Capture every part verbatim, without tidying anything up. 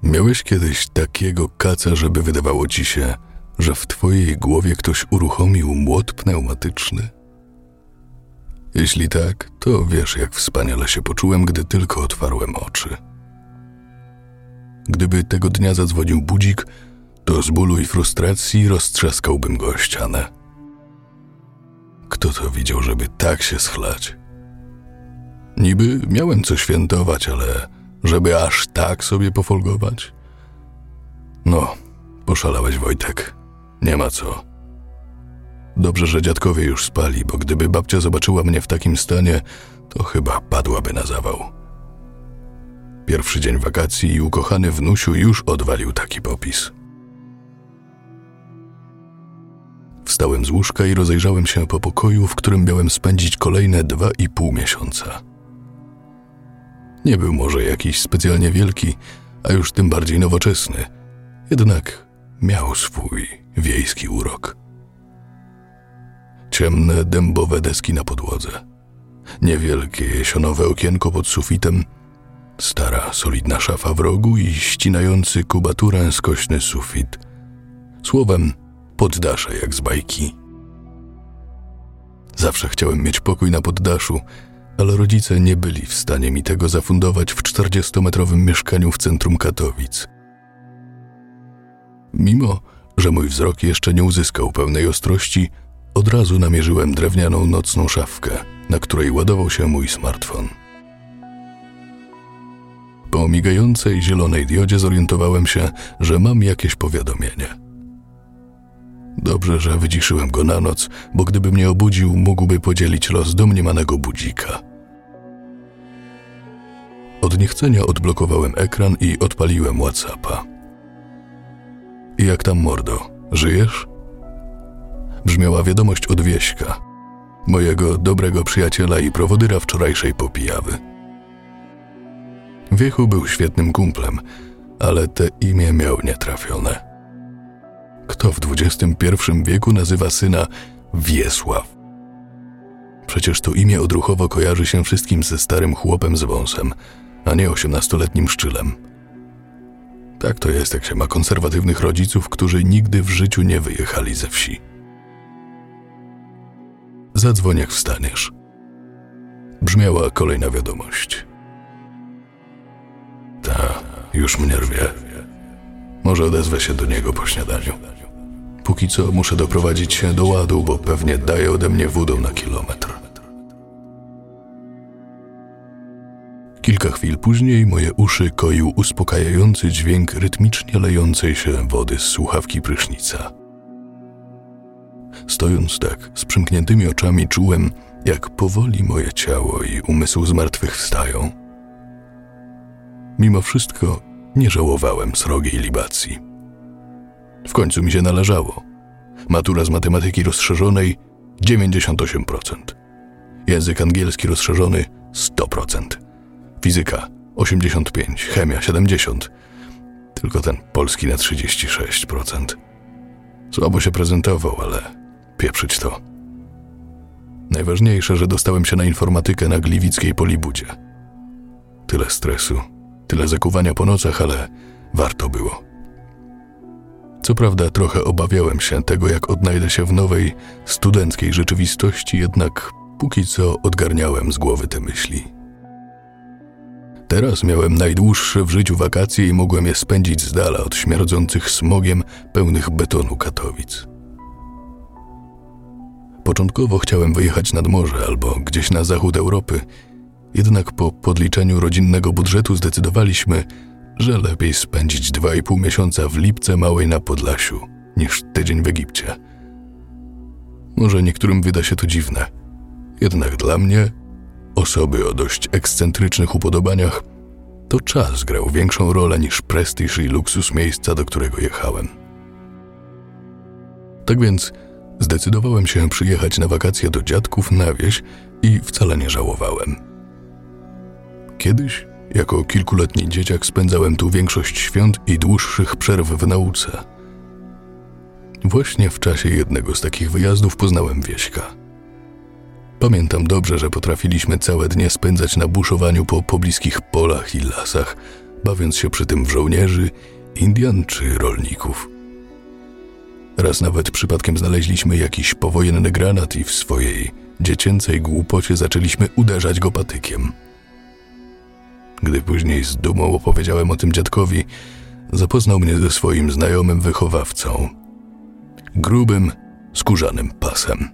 Miałeś kiedyś takiego kaca, żeby wydawało ci się, że w twojej głowie ktoś uruchomił młot pneumatyczny? Jeśli tak, to wiesz, jak wspaniale się poczułem, gdy tylko otwarłem oczy. Gdyby tego dnia zadzwonił budzik, to z bólu i frustracji roztrzaskałbym go o ścianę. Kto to widział, żeby tak się schlać? Niby miałem co świętować, ale żeby aż tak sobie pofolgować? No, poszalałeś, Wojtek. Nie ma co. Dobrze, że dziadkowie już spali, bo gdyby babcia zobaczyła mnie w takim stanie, to chyba padłaby na zawał. Pierwszy dzień wakacji i ukochany wnusiu już odwalił taki popis. Wstałem z łóżka i rozejrzałem się po pokoju, w którym miałem spędzić kolejne dwa i pół miesiąca. Nie był może jakiś specjalnie wielki, a już tym bardziej nowoczesny, jednak miał swój wiejski urok. Ciemne, dębowe deski na podłodze, niewielkie jesionowe okienko pod sufitem, stara, solidna szafa w rogu i ścinający kubaturę skośny sufit. Słowem, poddasze jak z bajki. Zawsze chciałem mieć pokój na poddaszu, ale rodzice nie byli w stanie mi tego zafundować w czterdziestometrowym mieszkaniu w centrum Katowic. Mimo że mój wzrok jeszcze nie uzyskał pełnej ostrości, od razu namierzyłem drewnianą nocną szafkę, na której ładował się mój smartfon. Po migającej zielonej diodzie zorientowałem się, że mam jakieś powiadomienie. Dobrze, że wyciszyłem go na noc, bo gdyby mnie obudził, mógłby podzielić los domniemanego budzika. Od niechcenia odblokowałem ekran i odpaliłem WhatsAppa. Jak tam, mordo? Żyjesz? Brzmiała wiadomość od Wieśka, mojego dobrego przyjaciela i prowodyra wczorajszej popijawy. Wiechu był świetnym kumplem, ale te imię miał nietrafione. Kto w dwudziestym pierwszym wieku nazywa syna Wiesław? Przecież to imię odruchowo kojarzy się wszystkim ze starym chłopem z wąsem, a nie osiemnastoletnim szczylem. Tak to jest, jak się ma konserwatywnych rodziców, którzy nigdy w życiu nie wyjechali ze wsi. Zadzwoń, jak wstaniesz. Brzmiała kolejna wiadomość. Ta, już mnie rwie. Może odezwę się do niego po śniadaniu. Póki co muszę doprowadzić się do ładu, bo pewnie daje ode mnie wódą na kilometr. Kilka chwil później moje uszy koił uspokajający dźwięk rytmicznie lejącej się wody z słuchawki prysznica. Stojąc tak, z przymkniętymi oczami czułem, jak powoli moje ciało i umysł zmartwychwstają. Mimo wszystko nie żałowałem srogiej libacji. W końcu mi się należało. Matura z matematyki rozszerzonej dziewięćdziesiąt osiem procent. Język angielski rozszerzony sto procent. Fizyka osiemdziesiąt pięć procent. Chemia siedemdziesiąt procent. Tylko ten polski na trzydzieści sześć procent. Słabo się prezentował, ale pieprzyć to. Najważniejsze, że dostałem się na informatykę na gliwickiej Polibudzie. Tyle stresu, tyle zakuwania po nocach, ale warto było. Co prawda trochę obawiałem się tego, jak odnajdę się w nowej, studenckiej rzeczywistości, jednak póki co odgarniałem z głowy te myśli. Teraz miałem najdłuższe w życiu wakacje i mogłem je spędzić z dala od śmierdzących smogiem pełnych betonu Katowic. Początkowo chciałem wyjechać nad morze albo gdzieś na zachód Europy, jednak po podliczeniu rodzinnego budżetu zdecydowaliśmy, że lepiej spędzić dwa i pół miesiąca w Lipce Małej na Podlasiu niż tydzień w Egipcie. Może niektórym wyda się to dziwne, jednak dla mnie, osoby o dość ekscentrycznych upodobaniach, to czas grał większą rolę niż prestiż i luksus miejsca, do którego jechałem. Tak więc zdecydowałem się przyjechać na wakacje do dziadków na wieś i wcale nie żałowałem. Kiedyś, jako kilkuletni dzieciak, spędzałem tu większość świąt i dłuższych przerw w nauce. Właśnie w czasie jednego z takich wyjazdów poznałem Wieśka. Pamiętam dobrze, że potrafiliśmy całe dnie spędzać na buszowaniu po pobliskich polach i lasach, bawiąc się przy tym w żołnierzy, Indian czy rolników. Raz nawet przypadkiem znaleźliśmy jakiś powojenny granat i w swojej dziecięcej głupocie zaczęliśmy uderzać go patykiem. Gdy później z dumą opowiedziałem o tym dziadkowi, zapoznał mnie ze swoim znajomym wychowawcą, grubym, skórzanym pasem.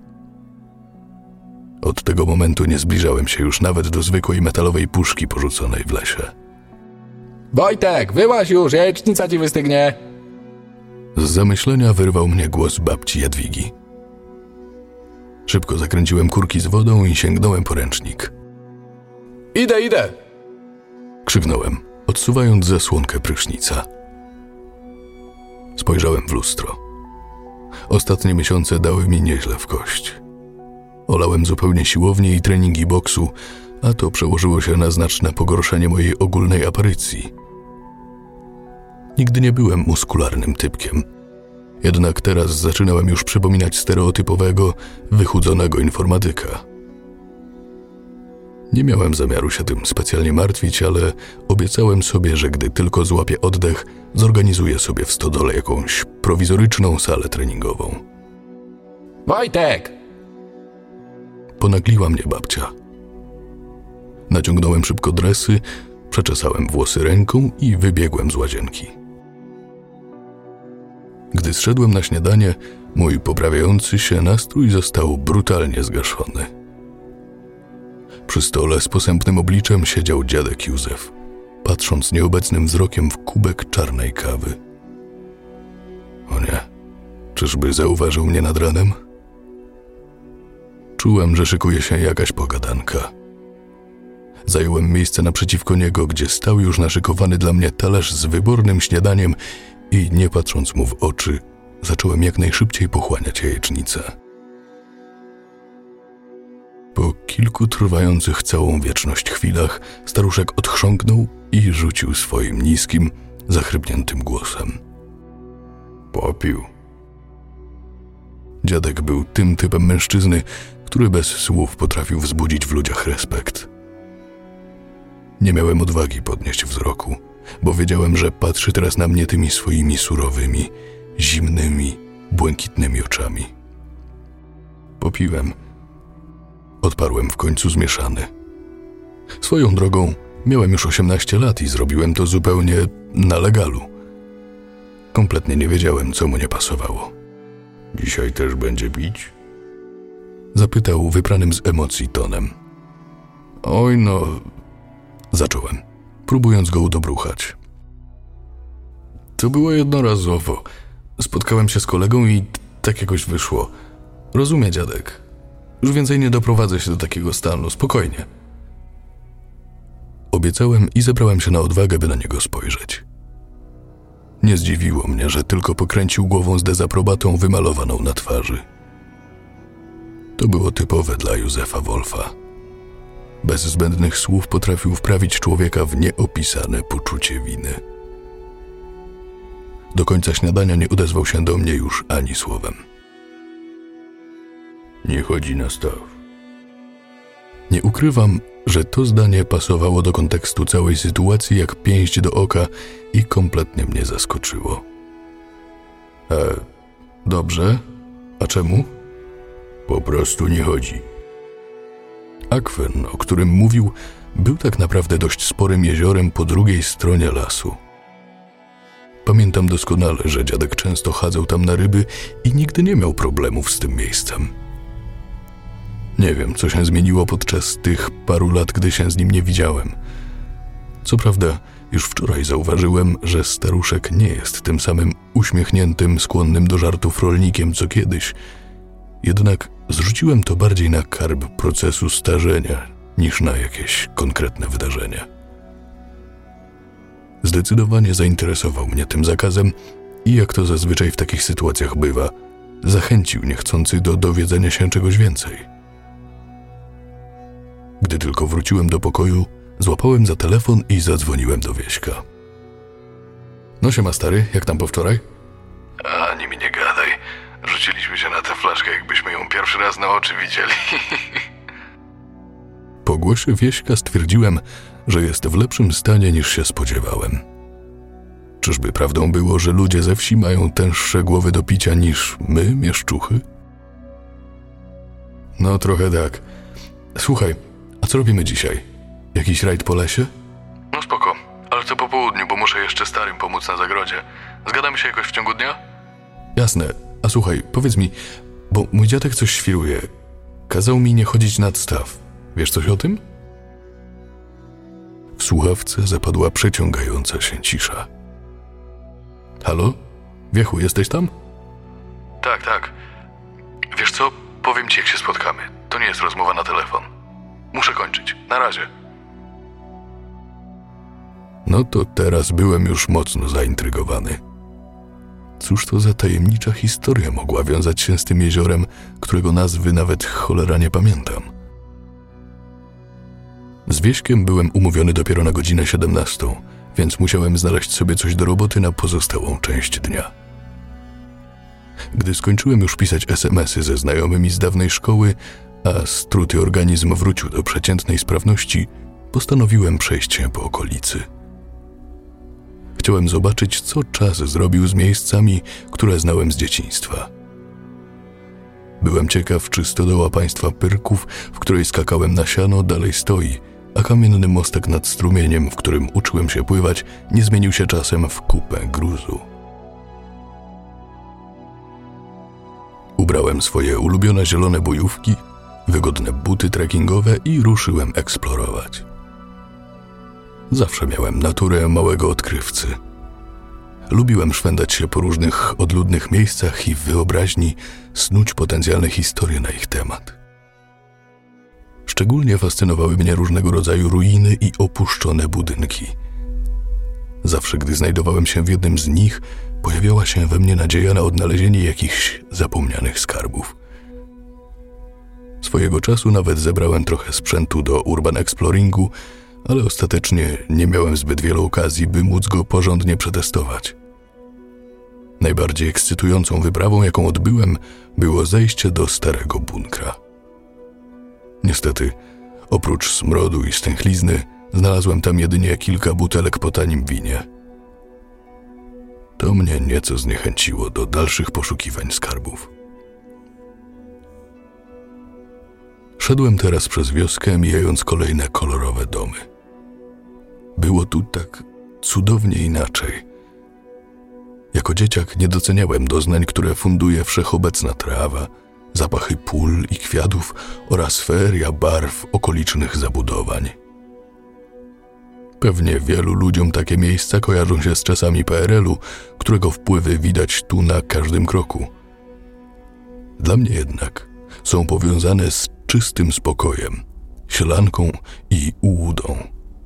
Od tego momentu nie zbliżałem się już nawet do zwykłej metalowej puszki porzuconej w lesie. Wojtek, wyłaź już, jajecznica ci wystygnie! Z zamyślenia wyrwał mnie głos babci Jadwigi. Szybko zakręciłem kurki z wodą i sięgnąłem po ręcznik. Idę, idę! Krzyknąłem, odsuwając zasłonkę prysznica. Spojrzałem w lustro. Ostatnie miesiące dały mi nieźle w kość. Olałem zupełnie siłownię i treningi boksu, a to przełożyło się na znaczne pogorszenie mojej ogólnej aparycji. Nigdy nie byłem muskularnym typkiem. Jednak teraz zaczynałem już przypominać stereotypowego, wychudzonego informatyka. Nie miałem zamiaru się tym specjalnie martwić, ale obiecałem sobie, że gdy tylko złapię oddech, zorganizuję sobie w stodole jakąś prowizoryczną salę treningową. Wojtek! Ponagliła mnie babcia. Naciągnąłem szybko dresy, przeczesałem włosy ręką i wybiegłem z łazienki. Gdy zszedłem na śniadanie, mój poprawiający się nastrój został brutalnie zgaszony. Przy stole z posępnym obliczem siedział dziadek Józef, patrząc nieobecnym wzrokiem w kubek czarnej kawy. O nie, czyżby zauważył mnie nad ranem? Czułem, że szykuje się jakaś pogadanka. Zająłem miejsce naprzeciwko niego, gdzie stał już naszykowany dla mnie talerz z wybornym śniadaniem i nie patrząc mu w oczy, zacząłem jak najszybciej pochłaniać jajecznicę. Po kilku trwających całą wieczność chwilach staruszek odchrząknął i rzucił swoim niskim, zachrypniętym głosem. Popił. Dziadek był tym typem mężczyzny, który bez słów potrafił wzbudzić w ludziach respekt. Nie miałem odwagi podnieść wzroku, bo wiedziałem, że patrzy teraz na mnie tymi swoimi surowymi, zimnymi, błękitnymi oczami. Popiłem. Odparłem w końcu zmieszany. Swoją drogą miałem już osiemnaście lat i zrobiłem to zupełnie na legalu. Kompletnie nie wiedziałem, co mu nie pasowało. Dzisiaj też będzie pić? Zapytał wypranym z emocji tonem. Oj no... Zacząłem, próbując go udobruchać. To było jednorazowo. Spotkałem się z kolegą i tak jakoś wyszło. Rozumie, dziadek. Już więcej nie doprowadzę się do takiego stanu, spokojnie. Obiecałem i zebrałem się na odwagę, by na niego spojrzeć. Nie zdziwiło mnie, że tylko pokręcił głową z dezaprobatą wymalowaną na twarzy. To było typowe dla Józefa Wolfa. Bez zbędnych słów potrafił wprawić człowieka w nieopisane poczucie winy. Do końca śniadania nie odezwał się do mnie już ani słowem. Nie chodzi na staw. Nie ukrywam, że to zdanie pasowało do kontekstu całej sytuacji jak pięść do oka i kompletnie mnie zaskoczyło. E, dobrze. A czemu? Po prostu nie chodzi. Akwen, o którym mówił, był tak naprawdę dość sporym jeziorem po drugiej stronie lasu. Pamiętam doskonale, że dziadek często chadzał tam na ryby i nigdy nie miał problemów z tym miejscem. Nie wiem, co się zmieniło podczas tych paru lat, gdy się z nim nie widziałem. Co prawda, już wczoraj zauważyłem, że staruszek nie jest tym samym uśmiechniętym, skłonnym do żartów rolnikiem, co kiedyś. Jednak zrzuciłem to bardziej na karb procesu starzenia, niż na jakieś konkretne wydarzenie. Zdecydowanie zainteresował mnie tym zakazem i jak to zazwyczaj w takich sytuacjach bywa, zachęcił niechcący do dowiedzenia się czegoś więcej. Gdy tylko wróciłem do pokoju, złapałem za telefon i zadzwoniłem do Wieśka. No siema stary, jak tam po wczoraj? Ani mi nie gadaj. Rzuciliśmy się na tę flaszkę, jakbyśmy ją pierwszy raz na oczy widzieli. Po głosie Wieśka stwierdziłem, że jest w lepszym stanie niż się spodziewałem. Czyżby prawdą było, że ludzie ze wsi mają tęższe głowy do picia niż my, mieszczuchy? No trochę tak. Słuchaj, a co robimy dzisiaj? Jakiś rajd po lesie? No spoko, ale co po południu, bo muszę jeszcze starym pomóc na zagrodzie. Zgadamy się jakoś w ciągu dnia? Jasne. A słuchaj, powiedz mi, bo mój dziadek coś świruje. Kazał mi nie chodzić nad staw. Wiesz coś o tym? W słuchawce zapadła przeciągająca się cisza. Halo? Wiechu, jesteś tam? Tak, tak. Wiesz co? Powiem ci, jak się spotkamy. To nie jest rozmowa na telefon. Muszę kończyć. Na razie. No to teraz byłem już mocno zaintrygowany. Cóż to za tajemnicza historia mogła wiązać się z tym jeziorem, którego nazwy nawet cholera nie pamiętam. Z Wieśkiem byłem umówiony dopiero na godzinę siedemnastą, więc musiałem znaleźć sobie coś do roboty na pozostałą część dnia. Gdy skończyłem już pisać es em esy ze znajomymi z dawnej szkoły, a struty organizm wrócił do przeciętnej sprawności, postanowiłem przejść się po okolicy. Chciałem zobaczyć, co czas zrobił z miejscami, które znałem z dzieciństwa. Byłem ciekaw, czy stodoła państwa Pyrków, w której skakałem na siano, dalej stoi, a kamienny mostek nad strumieniem, w którym uczyłem się pływać, nie zmienił się czasem w kupę gruzu. Ubrałem swoje ulubione zielone bojówki, wygodne buty trekkingowe i ruszyłem eksplorować. Zawsze miałem naturę małego odkrywcy. Lubiłem szwendać się po różnych odludnych miejscach i w wyobraźni snuć potencjalne historie na ich temat. Szczególnie fascynowały mnie różnego rodzaju ruiny i opuszczone budynki. Zawsze, gdy znajdowałem się w jednym z nich, pojawiała się we mnie nadzieja na odnalezienie jakichś zapomnianych skarbów. Swojego czasu nawet zebrałem trochę sprzętu do urban exploringu, ale ostatecznie nie miałem zbyt wielu okazji, by móc go porządnie przetestować. Najbardziej ekscytującą wyprawą, jaką odbyłem, było zejście do starego bunkra. Niestety, oprócz smrodu i stęchlizny, znalazłem tam jedynie kilka butelek po tanim winie. To mnie nieco zniechęciło do dalszych poszukiwań skarbów. Szedłem teraz przez wioskę, mijając kolejne kolorowe domy. Było tu tak cudownie inaczej. Jako dzieciak nie doceniałem doznań, które funduje wszechobecna trawa, zapachy pól i kwiatów oraz feria barw okolicznych zabudowań. Pewnie wielu ludziom takie miejsca kojarzą się z czasami pe er el u, którego wpływy widać tu na każdym kroku. Dla mnie jednak są powiązane z czystym spokojem, sielanką i ułudą.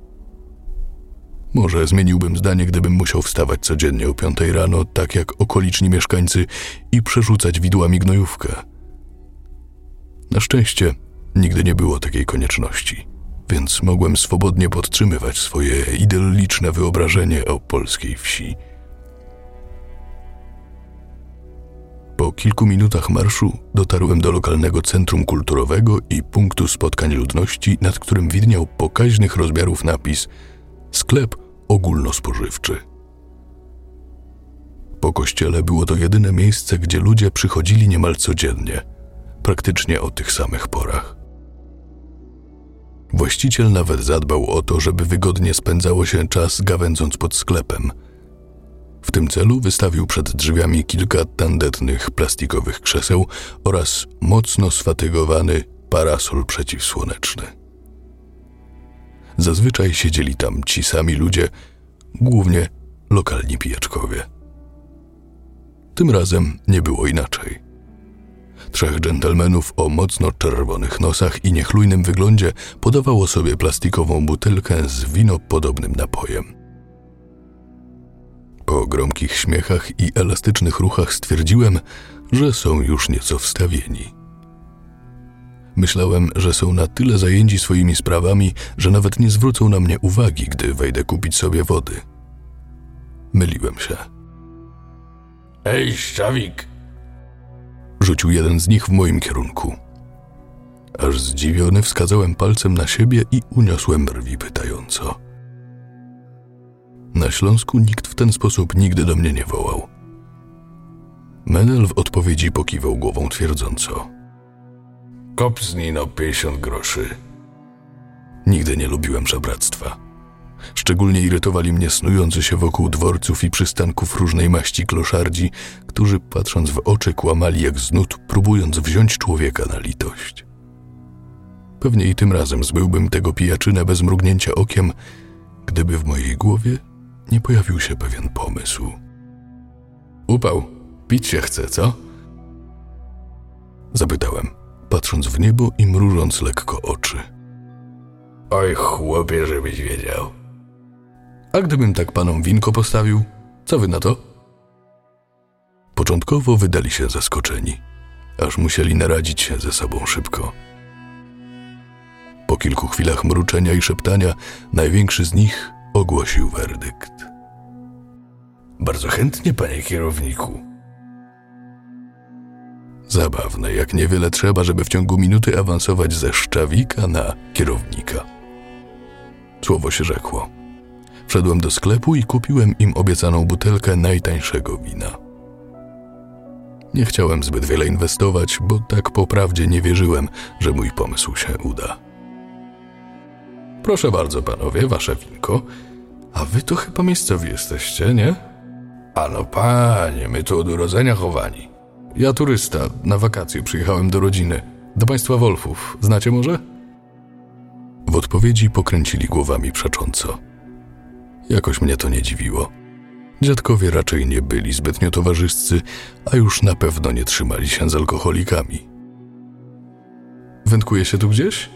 Może zmieniłbym zdanie, gdybym musiał wstawać codziennie o piątej rano, tak jak okoliczni mieszkańcy, i przerzucać widłami gnojówkę. Na szczęście nigdy nie było takiej konieczności, więc mogłem swobodnie podtrzymywać swoje idylliczne wyobrażenie o polskiej wsi. Po kilku minutach marszu dotarłem do lokalnego centrum kulturowego i punktu spotkań ludności, nad którym widniał pokaźnych rozmiarów napis „Sklep ogólnospożywczy”. Po kościele było to jedyne miejsce, gdzie ludzie przychodzili niemal codziennie, praktycznie o tych samych porach. Właściciel nawet zadbał o to, żeby wygodnie spędzało się czas gawędząc pod sklepem. W tym celu wystawił przed drzwiami kilka tandetnych plastikowych krzeseł oraz mocno sfatygowany parasol przeciwsłoneczny. Zazwyczaj siedzieli tam ci sami ludzie, głównie lokalni pijaczkowie. Tym razem nie było inaczej. Trzech dżentelmenów o mocno czerwonych nosach i niechlujnym wyglądzie podawało sobie plastikową butelkę z winopodobnym napojem. Po gromkich śmiechach i elastycznych ruchach stwierdziłem, że są już nieco wstawieni. Myślałem, że są na tyle zajęci swoimi sprawami, że nawet nie zwrócą na mnie uwagi, gdy wejdę kupić sobie wody. Myliłem się. Ej, szczawik! Rzucił jeden z nich w moim kierunku. Aż zdziwiony wskazałem palcem na siebie i uniosłem brwi pytająco. Na Śląsku nikt w ten sposób nigdy do mnie nie wołał. Menel w odpowiedzi pokiwał głową twierdząco. Kopsnij no pięćdziesiąt groszy. Nigdy nie lubiłem żebractwa. Szczególnie irytowali mnie snujący się wokół dworców i przystanków różnej maści kloszardzi, którzy patrząc w oczy kłamali jak z nut, próbując wziąć człowieka na litość. Pewnie i tym razem zbyłbym tego pijaczynę bez mrugnięcia okiem, gdyby w mojej głowie nie pojawił się pewien pomysł. Upał, pić się chce, co? Zapytałem, patrząc w niebo i mrużąc lekko oczy. Oj, chłopie, żebyś wiedział. A gdybym tak panom winko postawił, co wy na to? Początkowo wydali się zaskoczeni, aż musieli naradzić się ze sobą szybko. Po kilku chwilach mruczenia i szeptania największy z nich ogłosił werdykt. Bardzo chętnie, panie kierowniku. Zabawne, jak niewiele trzeba, żeby w ciągu minuty awansować ze szczawika na kierownika. Słowo się rzekło. Wszedłem do sklepu i kupiłem im obiecaną butelkę najtańszego wina. Nie chciałem zbyt wiele inwestować, bo tak po prawdzie nie wierzyłem, że mój pomysł się uda. Proszę bardzo, panowie, wasze winko. A wy to chyba miejscowi jesteście, nie? Ano, panie, my tu od urodzenia chowani. Ja turysta, na wakacje przyjechałem do rodziny. Do państwa Wolfów. Znacie może? W odpowiedzi pokręcili głowami przecząco. Jakoś mnie to nie dziwiło. Dziadkowie raczej nie byli zbytnio towarzyscy, a już na pewno nie trzymali się z alkoholikami. Wędkuje się tu gdzieś?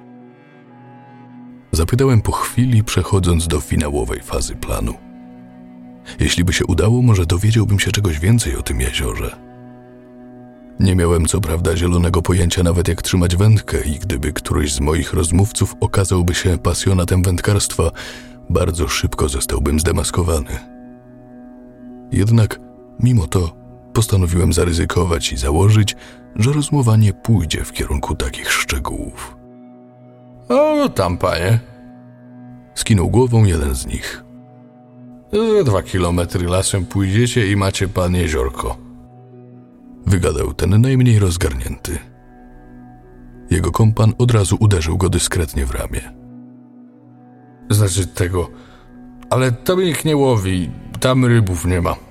Zapytałem po chwili, przechodząc do finałowej fazy planu. Jeśli by się udało, może dowiedziałbym się czegoś więcej o tym jeziorze. Nie miałem co prawda zielonego pojęcia nawet jak trzymać wędkę i gdyby któryś z moich rozmówców okazałby się pasjonatem wędkarstwa, bardzo szybko zostałbym zdemaskowany. Jednak mimo to postanowiłem zaryzykować i założyć, że rozmowa nie pójdzie w kierunku takich szczegółów. O, tam, panie. Skinął głową jeden z nich. Ze dwa kilometry lasem pójdziecie i macie pan jeziorko. Wygadał ten najmniej rozgarnięty. Jego kompan od razu uderzył go dyskretnie w ramię. Znaczy tego, ale tam nikt nie łowi, tam rybów nie ma.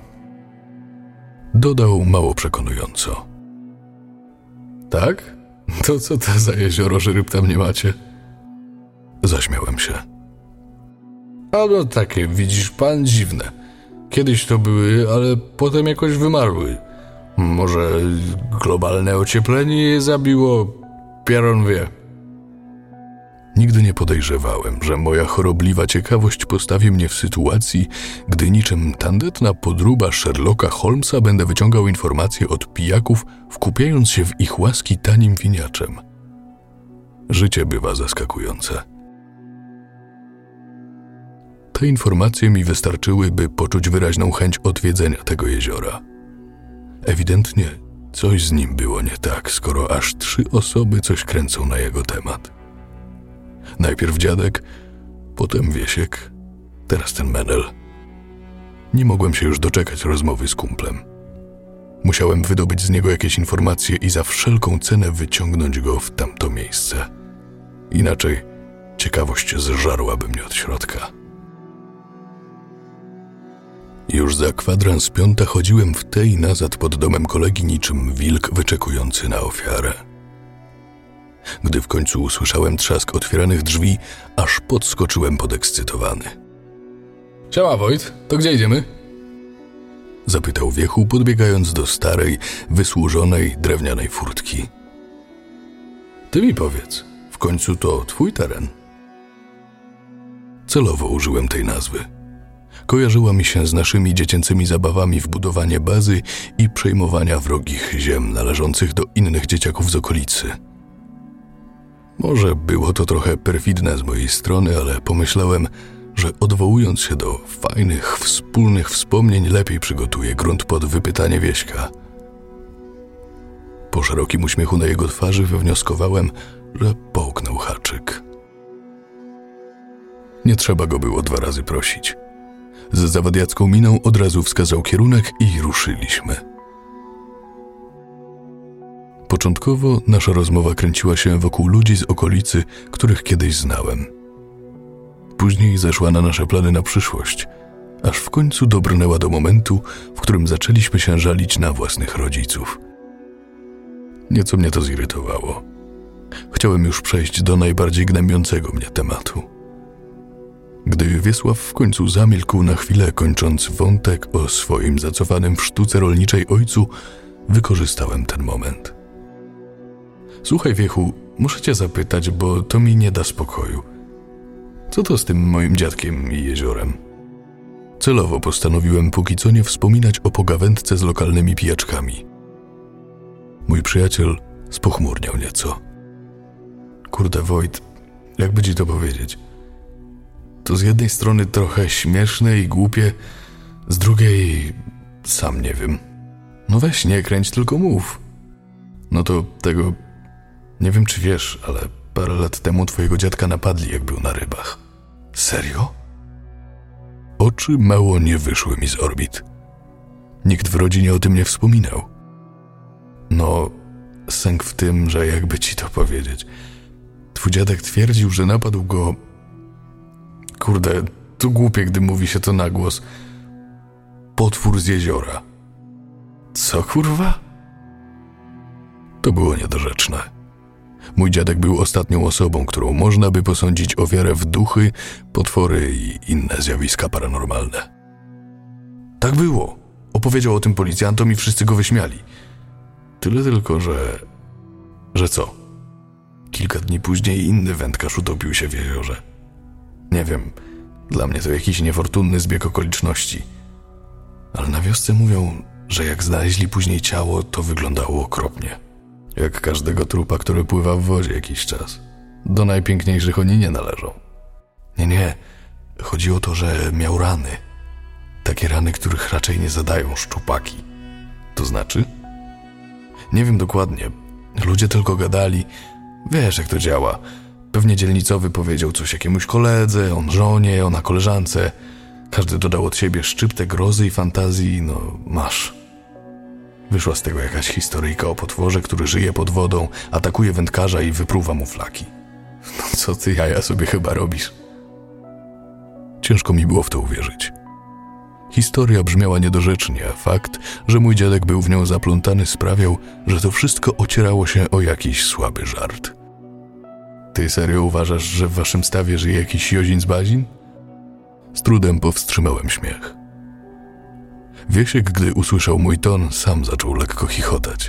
Dodał mało przekonująco. Tak? To co to za jezioro, że ryb tam nie macie? Zaśmiałem się. A no takie, widzisz pan, dziwne. Kiedyś to były, ale potem jakoś wymarły. Może globalne ocieplenie je zabiło? Pieron wie. Nigdy nie podejrzewałem, że moja chorobliwa ciekawość postawi mnie w sytuacji, gdy niczym tandetna podróba Sherlocka Holmesa będę wyciągał informacje od pijaków, wkupiając się w ich łaski tanim winiaczem. Życie bywa zaskakujące. Te informacje mi wystarczyły, by poczuć wyraźną chęć odwiedzenia tego jeziora. Ewidentnie coś z nim było nie tak, skoro aż trzy osoby coś kręcą na jego temat. Najpierw dziadek, potem Wiesiek, teraz ten Menel. Nie mogłem się już doczekać rozmowy z kumplem. Musiałem wydobyć z niego jakieś informacje i za wszelką cenę wyciągnąć go w tamto miejsce. Inaczej ciekawość zżarłaby mnie od środka. Już za kwadrans piąta chodziłem w tej i nazad pod domem kolegi niczym wilk wyczekujący na ofiarę. Gdy w końcu usłyszałem trzask otwieranych drzwi, aż podskoczyłem podekscytowany. Siema, Wojt, to gdzie idziemy? Zapytał Wiechu, podbiegając do starej, wysłużonej drewnianej furtki. Ty mi powiedz, w końcu to twój teren. Celowo użyłem tej nazwy. Kojarzyła mi się z naszymi dziecięcymi zabawami w budowanie bazy i przejmowania wrogich ziem należących do innych dzieciaków z okolicy. Może było to trochę perfidne z mojej strony, ale pomyślałem, że odwołując się do fajnych, wspólnych wspomnień, lepiej przygotuję grunt pod wypytanie Wieśka. Po szerokim uśmiechu na jego twarzy wywnioskowałem, że połknął haczyk. Nie trzeba go było dwa razy prosić. Z zawadiacką miną od razu wskazał kierunek i ruszyliśmy. Początkowo nasza rozmowa kręciła się wokół ludzi z okolicy, których kiedyś znałem. Później zeszła na nasze plany na przyszłość, aż w końcu dobrnęła do momentu, w którym zaczęliśmy się żalić na własnych rodziców. Nieco mnie to zirytowało. Chciałem już przejść do najbardziej gnębiącego mnie tematu. Gdy Wiesław w końcu zamilkł na chwilę, kończąc wątek o swoim zacofanym w sztuce rolniczej ojcu, wykorzystałem ten moment. Słuchaj, wiechu, muszę cię zapytać, bo to mi nie da spokoju. Co to z tym moim dziadkiem i jeziorem? Celowo postanowiłem póki co nie wspominać o pogawędce z lokalnymi pijaczkami. Mój przyjaciel spochmurniał nieco. Kurde, Wojt, jakby ci to powiedzieć? To z jednej strony trochę śmieszne i głupie, z drugiej sam nie wiem. No weź, nie kręć, tylko mów. No to tego... Nie wiem, czy wiesz, ale parę lat temu twojego dziadka napadli, jak był na rybach. Serio? Oczy mało nie wyszły mi z orbit. Nikt w rodzinie o tym nie wspominał. No, sęk w tym, że jakby ci to powiedzieć. Twój dziadek twierdził, że napadł go... Kurde, to głupie, gdy mówi się to na głos. Potwór z jeziora. Co, kurwa? To było niedorzeczne. Mój dziadek był ostatnią osobą, którą można by posądzić o wiarę w duchy, potwory i inne zjawiska paranormalne. Tak było. Opowiedział o tym policjantom i wszyscy go wyśmiali. Tyle tylko, że... Że co? Kilka dni później inny wędkarz utopił się w jeziorze. Nie wiem, dla mnie to jakiś niefortunny zbieg okoliczności. Ale na wiosce mówią, że jak znaleźli później ciało, to wyglądało okropnie. Jak każdego trupa, który pływa w wodzie jakiś czas. Do najpiękniejszych oni nie należą. Nie, nie. Chodzi o to, że miał rany. Takie rany, których raczej nie zadają szczupaki. To znaczy? Nie wiem dokładnie. Ludzie tylko gadali. Wiesz, jak to działa. Pewnie dzielnicowy powiedział coś jakiemuś koledze, on żonie, ona koleżance. Każdy dodał od siebie szczyptę grozy i fantazji, no masz. Wyszła z tego jakaś historyjka o potworze, który żyje pod wodą, atakuje wędkarza i wypruwa mu flaki. No co ty jaja sobie chyba robisz? Ciężko mi było w to uwierzyć. Historia brzmiała niedorzecznie, a fakt, że mój dziadek był w nią zaplątany, sprawiał, że to wszystko ocierało się o jakiś słaby żart. Ty serio uważasz, że w waszym stawie żyje jakiś Jozin z Bazin? Z trudem powstrzymałem śmiech. Wiesiek, gdy usłyszał mój ton, sam zaczął lekko chichotać.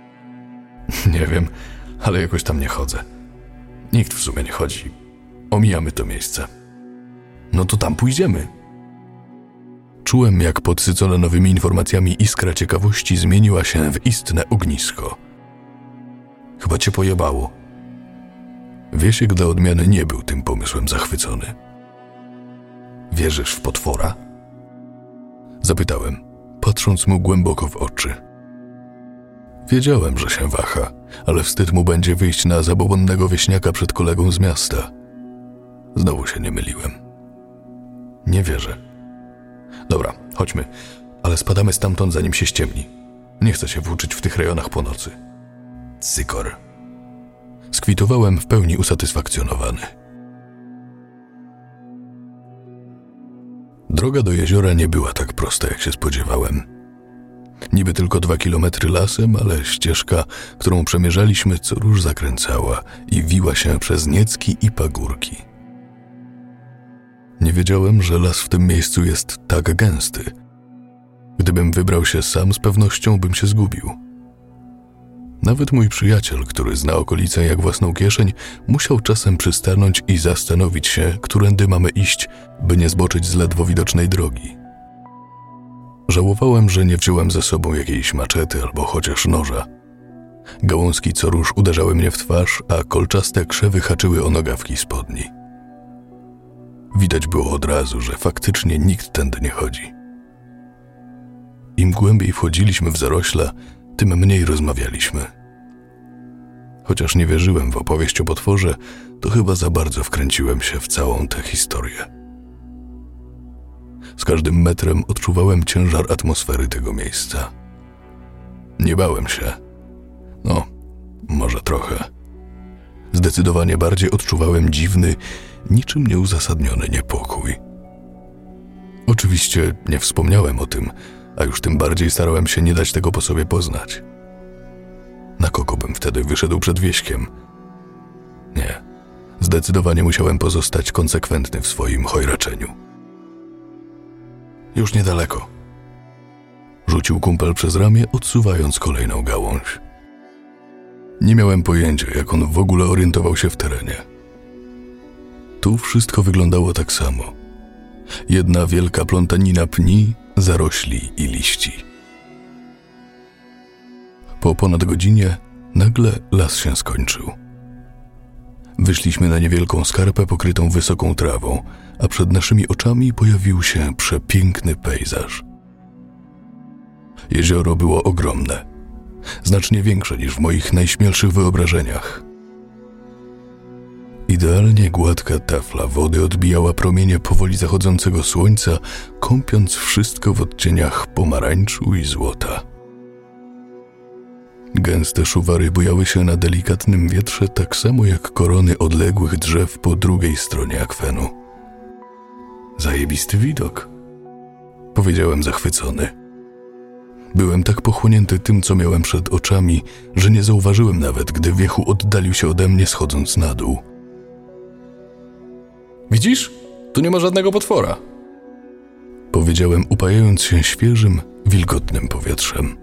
Nie wiem, ale jakoś tam nie chodzę. Nikt w sumie nie chodzi. Omijamy to miejsce. No to tam pójdziemy. Czułem, jak podsycona nowymi informacjami iskra ciekawości zmieniła się w istne ognisko. Chyba cię pojebało. Wiesiek dla odmiany nie był tym pomysłem zachwycony. Wierzysz w potwora? Zapytałem, patrząc mu głęboko w oczy. Wiedziałem, że się waha, ale wstyd mu będzie wyjść na zabobonnego wieśniaka przed kolegą z miasta. Znowu się nie myliłem. Nie wierzę. Dobra, chodźmy, ale spadamy stamtąd, zanim się ściemni. Nie chcę się włóczyć w tych rejonach po nocy. Cykor. Skwitowałem w pełni usatysfakcjonowany. Droga do jeziora nie była tak prosta, jak się spodziewałem. Niby tylko dwa kilometry lasem, ale ścieżka, którą przemierzaliśmy, co róż zakręcała i wiła się przez niecki i pagórki. Nie wiedziałem, że las w tym miejscu jest tak gęsty. Gdybym wybrał się sam, z pewnością bym się zgubił. Nawet mój przyjaciel, który zna okolice jak własną kieszeń, musiał czasem przystanąć i zastanowić się, którędy mamy iść, by nie zboczyć z ledwo widocznej drogi. Żałowałem, że nie wziąłem ze sobą jakiejś maczety albo chociaż noża. Gałązki co róż uderzały mnie w twarz, a kolczaste krzewy haczyły o nogawki spodni. Widać było od razu, że faktycznie nikt tędy nie chodzi. Im głębiej wchodziliśmy w zarośla, tym mniej rozmawialiśmy. Chociaż nie wierzyłem w opowieść o potworze, to chyba za bardzo wkręciłem się w całą tę historię. Z każdym metrem odczuwałem ciężar atmosfery tego miejsca. Nie bałem się. No, może trochę. Zdecydowanie bardziej odczuwałem dziwny, niczym nieuzasadniony niepokój. Oczywiście nie wspomniałem o tym, a już tym bardziej starałem się nie dać tego po sobie poznać. Na kogo bym wtedy wyszedł przed wieśkiem? Nie, zdecydowanie musiałem pozostać konsekwentny w swoim chojraczeniu. Już niedaleko. Rzucił kumpel przez ramię, odsuwając kolejną gałąź. Nie miałem pojęcia, jak on w ogóle orientował się w terenie. Tu wszystko wyglądało tak samo. Jedna wielka plątanina pni, zarośli i liści. Po ponad godzinie nagle las się skończył. Wyszliśmy na niewielką skarpę pokrytą wysoką trawą, a przed naszymi oczami pojawił się przepiękny pejzaż. Jezioro było ogromne, znacznie większe niż w moich najśmielszych wyobrażeniach. Idealnie gładka tafla wody odbijała promienie powoli zachodzącego słońca, kąpiąc wszystko w odcieniach pomarańczu i złota. Gęste szuwary bujały się na delikatnym wietrze tak samo jak korony odległych drzew po drugiej stronie akwenu. Zajebisty widok, powiedziałem zachwycony. Byłem tak pochłonięty tym, co miałem przed oczami, że nie zauważyłem nawet, gdy wiechu oddalił się ode mnie, schodząc na dół. Widzisz? Tu nie ma żadnego potwora. Powiedziałem, upajając się świeżym, wilgotnym powietrzem.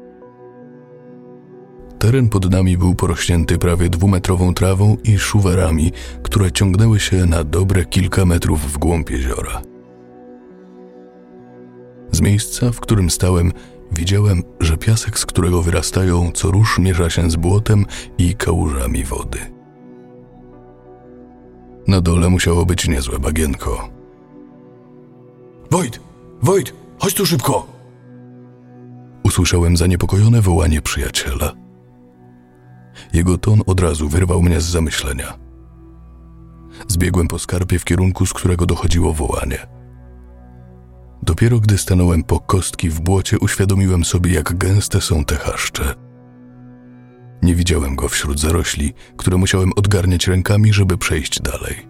Teren pod nami był porośnięty prawie dwumetrową trawą i szuwarami, które ciągnęły się na dobre kilka metrów w głąb jeziora. Z miejsca, w którym stałem, widziałem, że piasek, z którego wyrastają, co rusz miesza się z błotem i kałużami wody. Na dole musiało być niezłe bagienko. Wojt! Wojt! Chodź tu szybko! Usłyszałem zaniepokojone wołanie przyjaciela. Jego ton od razu wyrwał mnie z zamyślenia. Zbiegłem po skarpie w kierunku, z którego dochodziło wołanie. Dopiero gdy stanąłem po kostki w błocie, uświadomiłem sobie, jak gęste są te chaszcze. Nie widziałem go wśród zarośli, które musiałem odgarniać rękami, żeby przejść dalej.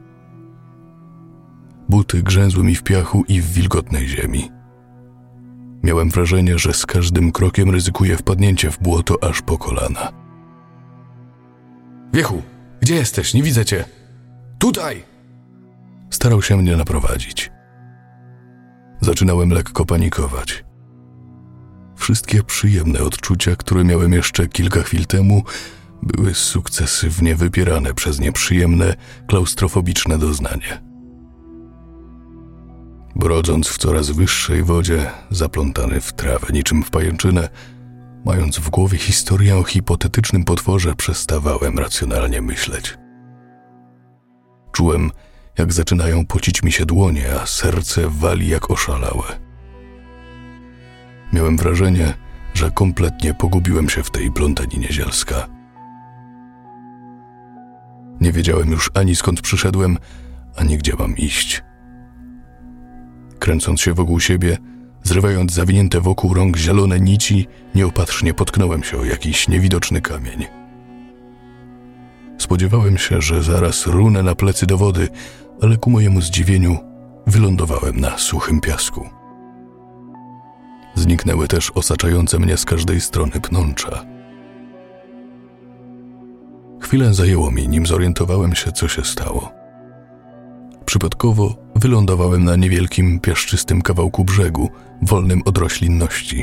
Buty grzęzły mi w piachu i w wilgotnej ziemi. Miałem wrażenie, że z każdym krokiem ryzykuję wpadnięcie w błoto aż po kolana. Wiechu, gdzie jesteś? Nie widzę cię. Tutaj! Starał się mnie naprowadzić. Zaczynałem lekko panikować. Wszystkie przyjemne odczucia, które miałem jeszcze kilka chwil temu, były sukcesywnie wypierane przez nieprzyjemne, klaustrofobiczne doznanie. Brodząc w coraz wyższej wodzie, zaplątany w trawę niczym w pajęczynę, mając w głowie historię o hipotetycznym potworze, przestawałem racjonalnie myśleć. Czułem, jak zaczynają pocić mi się dłonie, a serce wali jak oszalałe. Miałem wrażenie, że kompletnie pogubiłem się w tej plątaninie zielska. Nie wiedziałem już ani skąd przyszedłem, ani gdzie mam iść. Kręcąc się wokół siebie, zrywając zawinięte wokół rąk zielone nici, nieopatrznie potknąłem się o jakiś niewidoczny kamień. Spodziewałem się, że zaraz runę na plecy do wody, ale ku mojemu zdziwieniu wylądowałem na suchym piasku. Zniknęły też osaczające mnie z każdej strony pnącza. Chwilę zajęło mi, nim zorientowałem się, co się stało. Przypadkowo wylądowałem na niewielkim, piaszczystym kawałku brzegu, wolnym od roślinności.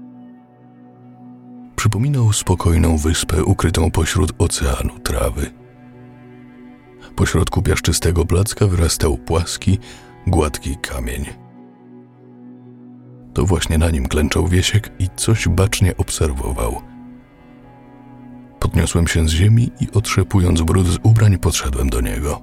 Przypominał spokojną wyspę ukrytą pośród oceanu trawy. Pośrodku piaszczystego placka wyrastał płaski, gładki kamień. To właśnie na nim klęczał Wiesiek i coś bacznie obserwował. Podniosłem się z ziemi i otrzepując brud z ubrań, podszedłem do niego.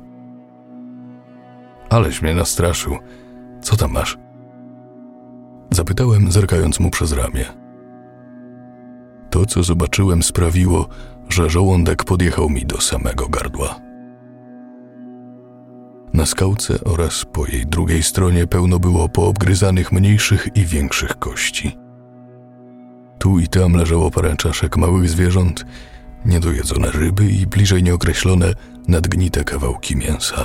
Aleś mnie nastraszył. Co tam masz? Zapytałem, zerkając mu przez ramię. to, co zobaczyłem, sprawiło, że żołądek podjechał mi do samego gardła. Na skałce oraz po jej drugiej stronie pełno było poobgryzanych mniejszych i większych kości. Tu i tam leżało parę czaszek małych zwierząt, niedojedzone ryby i bliżej nieokreślone, nadgnite kawałki mięsa.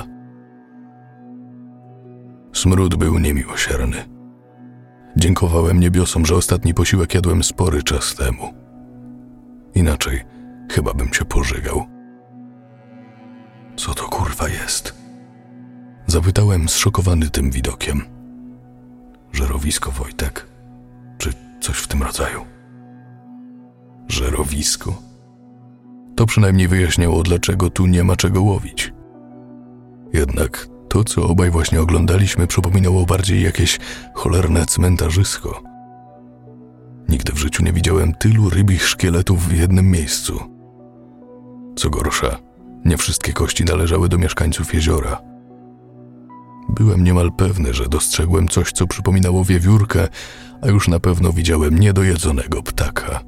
Smród był niemiłosierny. Dziękowałem niebiosom, że ostatni posiłek jadłem spory czas temu. Inaczej chyba bym się pożygał. Co to kurwa jest? Zapytałem zszokowany tym widokiem. Żerowisko, Wojtek? Czy coś w tym rodzaju? Żerowisko? To przynajmniej wyjaśniało, dlaczego tu nie ma czego łowić. Jednak to, co obaj właśnie oglądaliśmy, przypominało bardziej jakieś cholerne cmentarzysko. Nigdy w życiu nie widziałem tylu rybich szkieletów w jednym miejscu. Co gorsza, nie wszystkie kości należały do mieszkańców jeziora. Byłem niemal pewny, że dostrzegłem coś, co przypominało wiewiórkę, a już na pewno widziałem niedojedzonego ptaka.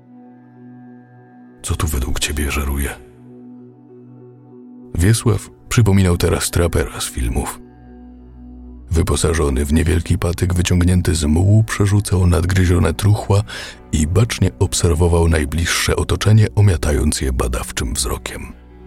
Co tu według ciebie żeruje? Wiesław przypominał teraz trapera z filmów. Wyposażony w niewielki patyk wyciągnięty z mułu, przerzucał nadgryzione truchła i bacznie obserwował najbliższe otoczenie, omiatając je badawczym wzrokiem.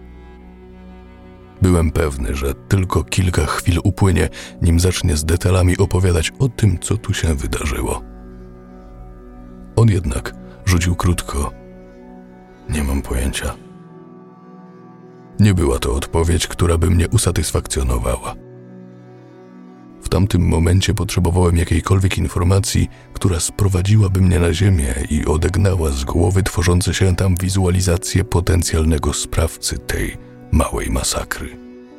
Byłem pewny, że tylko kilka chwil upłynie, nim zacznie z detalami opowiadać o tym, co tu się wydarzyło. On jednak rzucił krótko: nie mam pojęcia. Nie była to odpowiedź, która by mnie usatysfakcjonowała. W tamtym momencie potrzebowałem jakiejkolwiek informacji, która sprowadziłaby mnie na ziemię i odegnała z głowy tworzące się tam wizualizacje potencjalnego sprawcy tej małej masakry.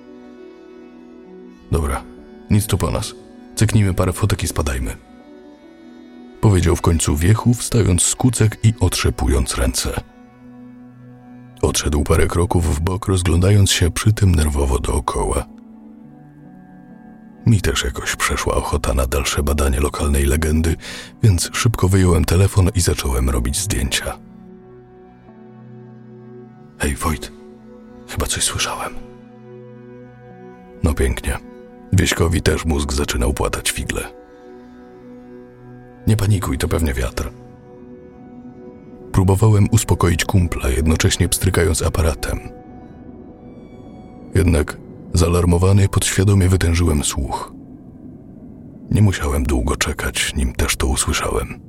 Dobra, nic tu po nas. Cyknijmy parę fotek i spadajmy. Powiedział w końcu Wiechu, wstając z kucek i otrzepując ręce. Odszedł parę kroków w bok, rozglądając się przy tym nerwowo dookoła. Mi też jakoś przeszła ochota na dalsze badanie lokalnej legendy, więc szybko wyjąłem telefon i zacząłem robić zdjęcia. Hej, Wojt, chyba coś słyszałem. No pięknie. Wieśkowi też mózg zaczynał płatać figle. Nie panikuj, to pewnie wiatr. Próbowałem uspokoić kumpla, jednocześnie pstrykając aparatem. Jednak zaalarmowany podświadomie wytężyłem słuch. Nie musiałem długo czekać, nim też to usłyszałem.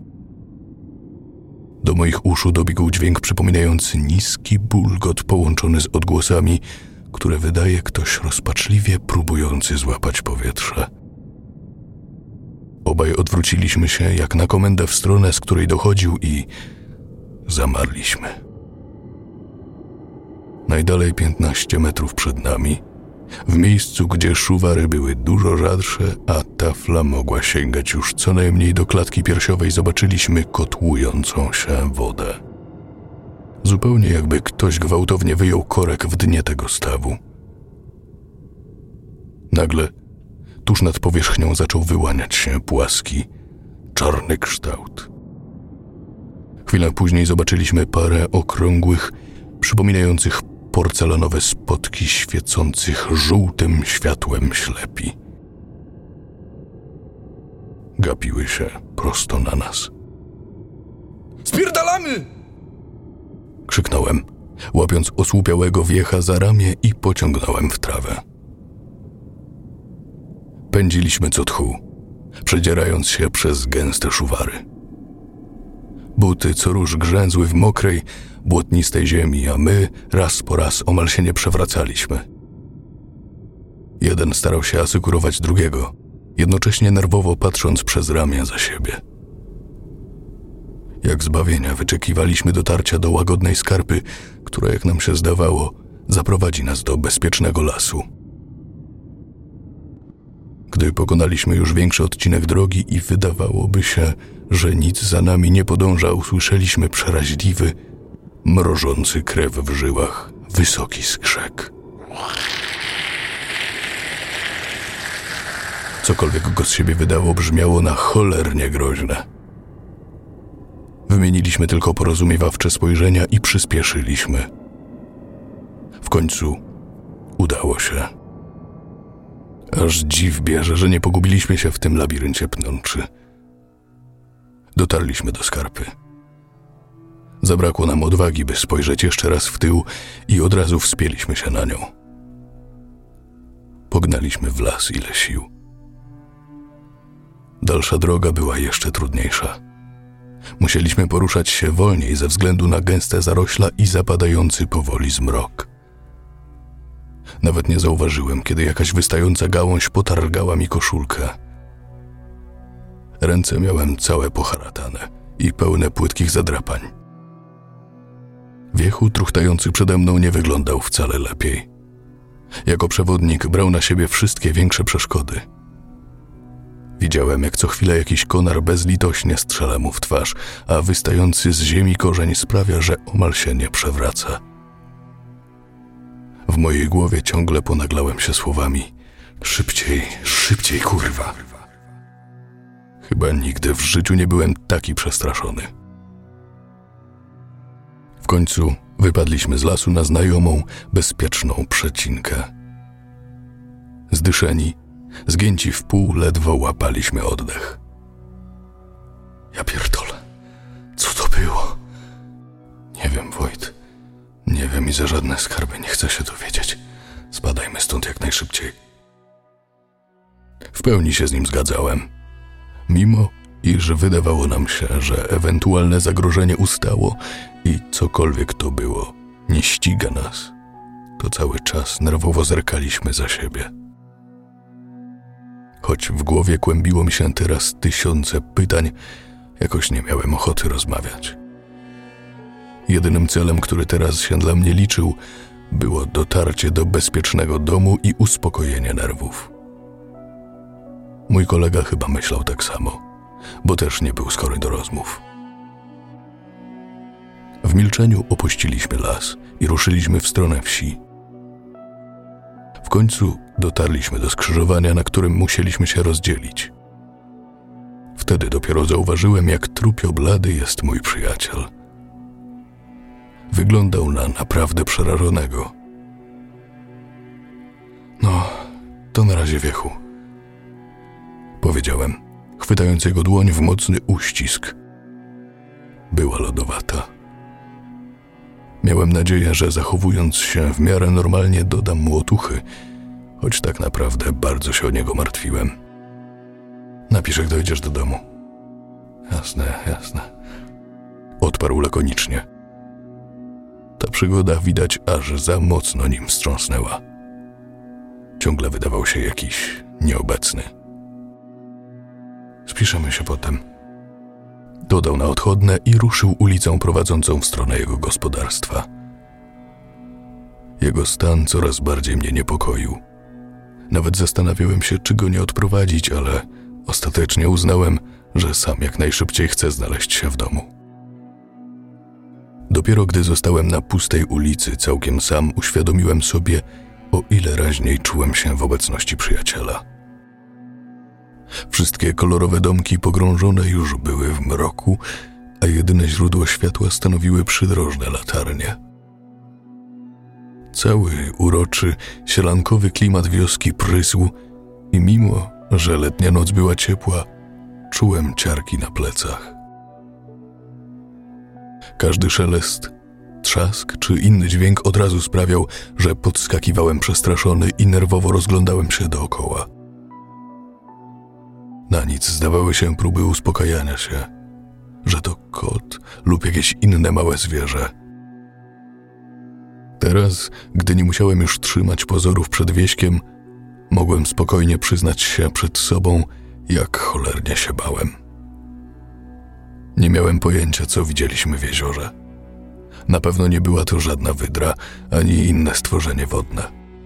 Do moich uszu dobiegł dźwięk przypominający niski bulgot połączony z odgłosami, które wydaje ktoś rozpaczliwie próbujący złapać powietrze. Obaj odwróciliśmy się jak na komendę w stronę, z której dochodził, i zamarliśmy. Najdalej piętnaście metrów przed nami, w miejscu, gdzie szuwary były dużo rzadsze, a tafla mogła sięgać już co najmniej do klatki piersiowej, zobaczyliśmy kotłującą się wodę. Zupełnie jakby ktoś gwałtownie wyjął korek w dnie tego stawu. Nagle tuż nad powierzchnią zaczął wyłaniać się płaski, czarny kształt. Chwilę później zobaczyliśmy parę okrągłych, przypominających porcelanowe spotki świecących żółtym światłem ślepi. Gapiły się prosto na nas. Spierdalamy! Krzyknąłem, łapiąc osłupiałego Wiecha za ramię i pociągnąłem w trawę. Pędziliśmy co tchu, przedzierając się przez gęste szuwary. Buty co róż grzęzły w mokrej, błotnistej ziemi, a my raz po raz omal się nie przewracaliśmy. Jeden starał się asykurować drugiego, jednocześnie nerwowo patrząc przez ramię za siebie. Jak zbawienia wyczekiwaliśmy dotarcia do łagodnej skarpy, która, jak nam się zdawało, zaprowadzi nas do bezpiecznego lasu. Gdy pokonaliśmy już większy odcinek drogi i wydawałoby się, że nic za nami nie podąża, usłyszeliśmy przeraźliwy, mrożący krew w żyłach, wysoki skrzek. Cokolwiek go z siebie wydało, brzmiało na cholernie groźne. Wymieniliśmy tylko porozumiewawcze spojrzenia i przyspieszyliśmy. W końcu udało się. Aż dziw bierze, że nie pogubiliśmy się w tym labiryncie pnączy. Dotarliśmy do skarpy. Zabrakło nam odwagi, by spojrzeć jeszcze raz w tył i od razu wspięliśmy się na nią. Pognaliśmy w las ile sił. Dalsza droga była jeszcze trudniejsza. Musieliśmy poruszać się wolniej ze względu na gęste zarośla i zapadający powoli zmrok. Nawet nie zauważyłem, kiedy jakaś wystająca gałąź potargała mi koszulkę. Ręce miałem całe poharatane i pełne płytkich zadrapań. Wiechu truchtający przede mną nie wyglądał wcale lepiej. Jako przewodnik brał na siebie wszystkie większe przeszkody. Widziałem, jak co chwilę jakiś konar bezlitośnie strzela mu w twarz, a wystający z ziemi korzeń sprawia, że omal się nie przewraca. W mojej głowie ciągle ponaglałem się słowami: szybciej, szybciej, kurwa. Chyba nigdy w życiu nie byłem taki przestraszony. W końcu wypadliśmy z lasu na znajomą, bezpieczną przecinkę. Zdyszeni, zgięci w pół, ledwo łapaliśmy oddech. Ja pierdolę, co to było? Nie wiem, Wojt. Nie wiem i za żadne skarby nie chcę się dowiedzieć. Spadajmy stąd jak najszybciej. W pełni się z nim zgadzałem. Mimo iż wydawało nam się, że ewentualne zagrożenie ustało i cokolwiek to było nie ściga nas, to cały czas nerwowo zerkaliśmy za siebie. Choć w głowie kłębiło mi się teraz tysiące pytań, jakoś nie miałem ochoty rozmawiać. Jedynym celem, który teraz się dla mnie liczył, było dotarcie do bezpiecznego domu i uspokojenie nerwów. Mój kolega chyba myślał tak samo, bo też nie był skory do rozmów. W milczeniu opuściliśmy las i ruszyliśmy w stronę wsi. W końcu dotarliśmy do skrzyżowania, na którym musieliśmy się rozdzielić. Wtedy dopiero zauważyłem, jak trupio blady jest mój przyjaciel. Wyglądał na naprawdę przerażonego. No, to na razie, wiechu, powiedziałem, chwytając jego dłoń w mocny uścisk. Była lodowata. Miałem nadzieję, że zachowując się w miarę normalnie dodam mu otuchy, choć tak naprawdę bardzo się o niego martwiłem. Napisz, jak dojdziesz do domu. Jasne, jasne. Odparł lakonicznie. Ta przygoda widać aż za mocno nim wstrząsnęła. Ciągle wydawał się jakiś nieobecny. Spiszemy się potem. Dodał na odchodne i ruszył ulicą prowadzącą w stronę jego gospodarstwa. Jego stan coraz bardziej mnie niepokoił. Nawet zastanawiałem się, czy go nie odprowadzić, ale ostatecznie uznałem, że sam jak najszybciej chcę znaleźć się w domu. Dopiero gdy zostałem na pustej ulicy całkiem sam, uświadomiłem sobie, o ile raźniej czułem się w obecności przyjaciela. Wszystkie kolorowe domki pogrążone już były w mroku, a jedyne źródło światła stanowiły przydrożne latarnie. Cały uroczy, sielankowy klimat wioski prysł i mimo, że letnia noc była ciepła, czułem ciarki na plecach. Każdy szelest, trzask czy inny dźwięk od razu sprawiał, że podskakiwałem przestraszony i nerwowo rozglądałem się dookoła. Na nic zdawały się próby uspokajania się, że to kot lub jakieś inne małe zwierzę. Teraz, gdy nie musiałem już trzymać pozorów przed wieśkiem, mogłem spokojnie przyznać się przed sobą, jak cholernie się bałem. Nie miałem pojęcia, co widzieliśmy w jeziorze. Na pewno nie była to żadna wydra, ani inne stworzenie wodne.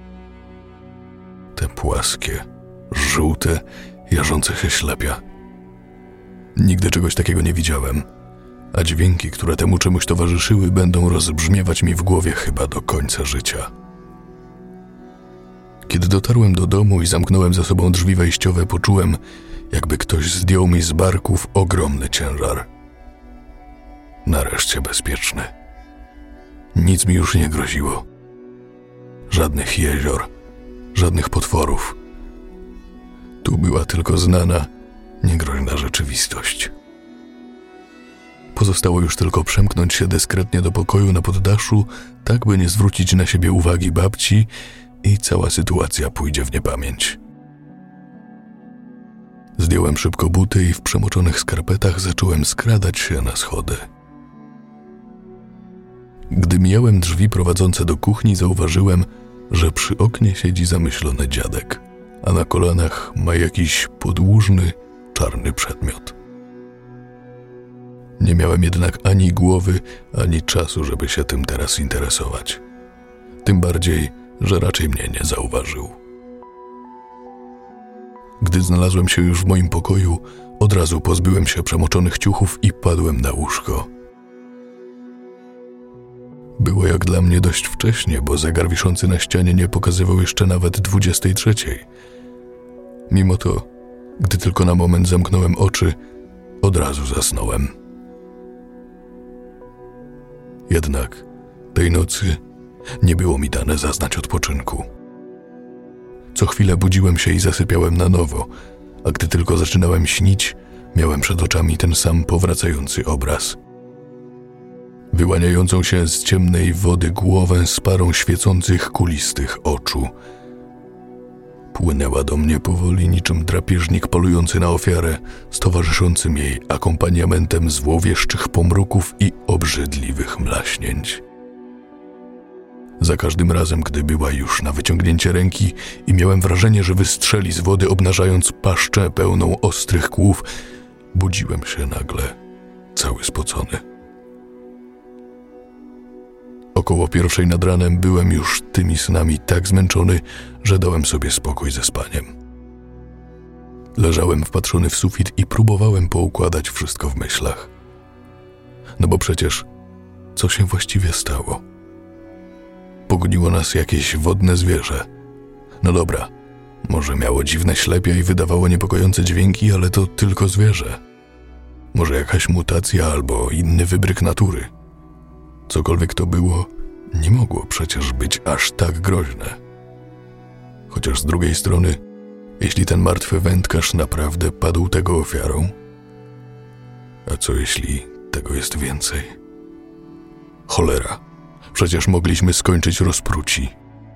Te płaskie, żółte, jarzące się ślepia. Nigdy czegoś takiego nie widziałem, a dźwięki, które temu czemuś towarzyszyły, będą rozbrzmiewać mi w głowie chyba do końca życia. Kiedy dotarłem do domu i zamknąłem za sobą drzwi wejściowe, poczułem, jakby ktoś zdjął mi z barków ogromny ciężar. nareszcie bezpieczny. Nic mi już nie groziło. Żadnych jezior, żadnych potworów. Tu była tylko znana, niegroźna rzeczywistość. Pozostało już tylko przemknąć się dyskretnie do pokoju na poddaszu, tak by nie zwrócić na siebie uwagi babci i cała sytuacja pójdzie w niepamięć. Zdjąłem szybko buty i w przemoczonych skarpetach zacząłem skradać się na schody. Gdy mijałem drzwi prowadzące do kuchni, zauważyłem, że przy oknie siedzi zamyślony dziadek, a na kolanach ma jakiś podłużny, czarny przedmiot. Nie miałem jednak ani głowy, ani czasu, żeby się tym teraz interesować. Tym bardziej, że raczej mnie nie zauważył. Gdy znalazłem się już w moim pokoju, od razu pozbyłem się przemoczonych ciuchów i padłem na łóżko. Było jak dla mnie dość wcześnie, bo zegar wiszący na ścianie nie pokazywał jeszcze nawet dwudziestej trzeciej. Mimo to, gdy tylko na moment zamknąłem oczy, od razu zasnąłem. Jednak tej nocy nie było mi dane zaznać odpoczynku. Co chwilę budziłem się i zasypiałem na nowo, a gdy tylko zaczynałem śnić, miałem przed oczami ten sam powracający obraz. Wyłaniającą się z ciemnej wody głowę z parą świecących, kulistych oczu. Płynęła do mnie powoli niczym drapieżnik polujący na ofiarę, z towarzyszącym jej akompaniamentem złowieszczych pomruków i obrzydliwych mlaśnięć. Za każdym razem, gdy była już na wyciągnięcie ręki i miałem wrażenie, że wystrzeli z wody, obnażając paszczę pełną ostrych kłów, budziłem się nagle, cały spocony. Około pierwszej nad ranem byłem już tymi snami tak zmęczony, że dałem sobie spokój ze spaniem. Leżałem wpatrzony w sufit i próbowałem poukładać wszystko w myślach. No bo przecież, co się właściwie stało? Pogoniło nas jakieś wodne zwierzę. No dobra, może miało dziwne ślepia i wydawało niepokojące dźwięki, ale to tylko zwierzę. Może jakaś mutacja albo inny wybryk natury. Cokolwiek to było, nie mogło przecież być aż tak groźne. Chociaż z drugiej strony, jeśli ten martwy wędkarz naprawdę padł tego ofiarą? A co jeśli tego jest więcej? Cholera, przecież mogliśmy skończyć rozpruci.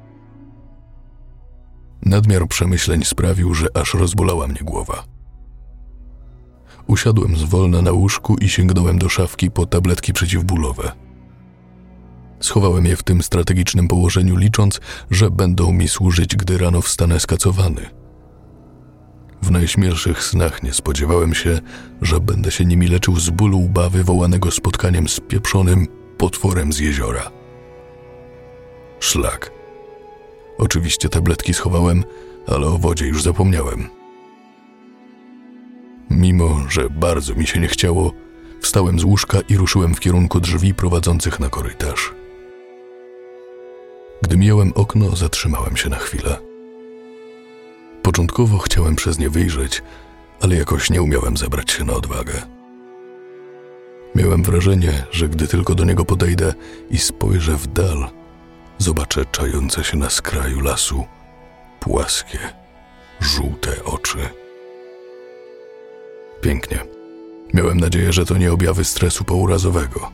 Nadmiar przemyśleń sprawił, że aż rozbolała mnie głowa. Usiadłem zwolna na łóżku i sięgnąłem do szafki po tabletki przeciwbólowe. Schowałem je w tym strategicznym położeniu, licząc, że będą mi służyć, gdy rano wstanę skacowany. W najśmielszych snach nie spodziewałem się, że będę się nimi leczył z bólu łba wywołanego spotkaniem z pieprzonym potworem z jeziora. Szlak. Oczywiście tabletki schowałem, ale o wodzie już zapomniałem. Mimo że bardzo mi się nie chciało, wstałem z łóżka i ruszyłem w kierunku drzwi prowadzących na korytarz. Gdy mijałem okno, zatrzymałem się na chwilę. Początkowo chciałem przez nie wyjrzeć, ale jakoś nie umiałem zebrać się na odwagę. Miałem wrażenie, że gdy tylko do niego podejdę i spojrzę w dal, zobaczę czające się na skraju lasu płaskie, żółte oczy. Pięknie. Miałem nadzieję, że to nie objawy stresu pourazowego.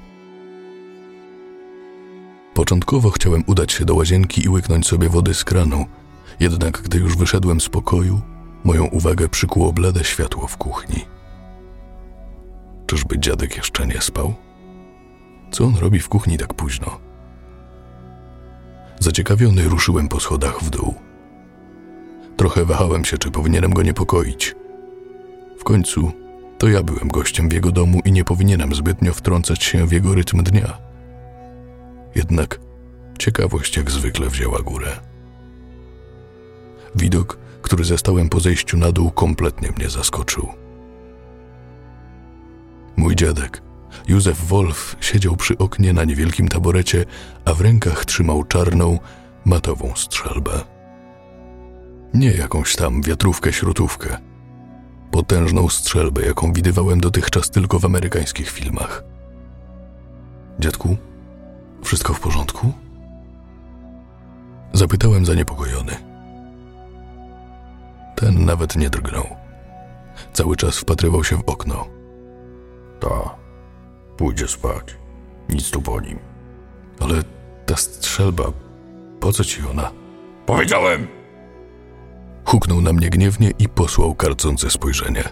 Początkowo chciałem udać się do łazienki i łyknąć sobie wody z kranu, jednak gdy już wyszedłem z pokoju, moją uwagę przykuło blade światło w kuchni. Czyżby dziadek jeszcze nie spał? Co on robi w kuchni tak późno? Zaciekawiony ruszyłem po schodach w dół. Trochę wahałem się, czy powinienem go niepokoić. W końcu to ja byłem gościem w jego domu i nie powinienem zbytnio wtrącać się w jego rytm dnia. Jednak ciekawość jak zwykle wzięła górę. Widok, który zastałem po zejściu na dół, kompletnie mnie zaskoczył. Mój dziadek, Józef Wolf, siedział przy oknie na niewielkim taborecie, a w rękach trzymał czarną, matową strzelbę. Nie jakąś tam wiatrówkę-śrutówkę. Potężną strzelbę, jaką widywałem dotychczas tylko w amerykańskich filmach. Dziadku, wszystko w porządku? Zapytałem zaniepokojony. Ten nawet nie drgnął. Cały czas wpatrywał się w okno. Ta, pójdzie spać. Nic tu po nim. Ale ta strzelba, po co ci ona? Powiedziałem! Huknął na mnie gniewnie i posłał karcące spojrzenie.